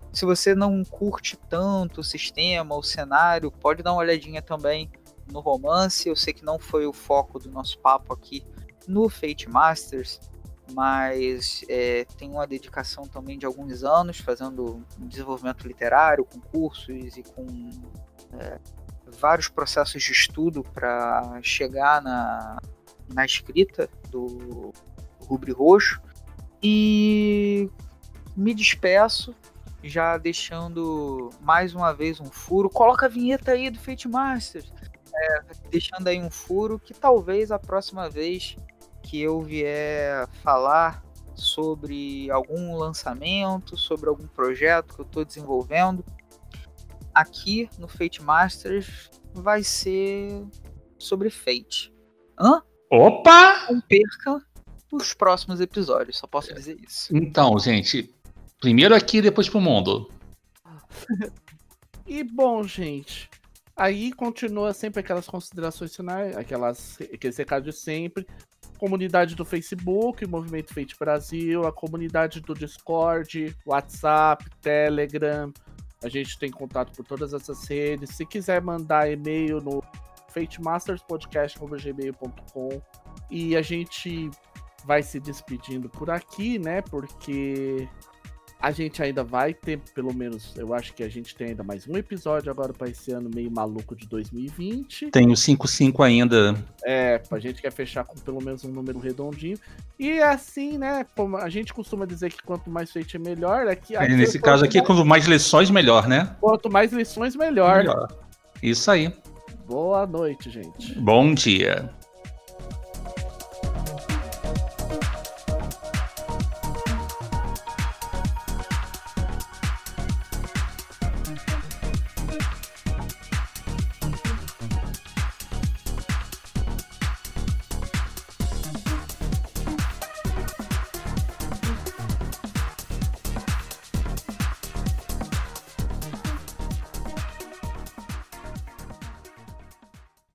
Se você não curte tanto o sistema, o cenário, pode dar uma olhadinha também no romance. Eu sei que não foi o foco do nosso papo aqui no Fate Masters, mas é, tem uma dedicação também de alguns anos fazendo desenvolvimento literário, com cursos e com é, vários processos de estudo para chegar na, na escrita do Rubro Roxo. E me despeço, já deixando mais uma vez um furo. Coloca a vinheta aí do Fate Masters. É, deixando aí um furo que talvez a próxima vez que eu vier falar sobre algum lançamento, sobre algum projeto que eu estou desenvolvendo, aqui no Fate Masters vai ser sobre Fate. Hã? Opa! Não perca os próximos episódios, só posso dizer isso. Então, gente, primeiro aqui, depois pro mundo. E bom, gente, aí continua sempre aquelas considerações finais, aquelas, aqueles recados de sempre. Comunidade do Facebook, Movimento Fate Brasil, a comunidade do Discord, WhatsApp, Telegram. A gente tem contato por todas essas redes. Se quiser mandar e-mail no fatemasterspodcast arroba gmail ponto com. E a gente vai se despedindo por aqui, né? Porque a gente ainda vai ter, pelo menos, eu acho que a gente tem ainda mais um episódio agora para esse ano meio maluco de dois mil e vinte. Tem o cinco cinco ainda. É, a gente quer fechar com pelo menos um número redondinho. E assim, né, como a gente costuma dizer que quanto mais Fate é melhor, aqui, É, aqui nesse caso aqui, mais, quanto mais lições, melhor, né? Quanto mais lições, melhor. Melhor. Isso aí. Boa noite, gente. Bom dia.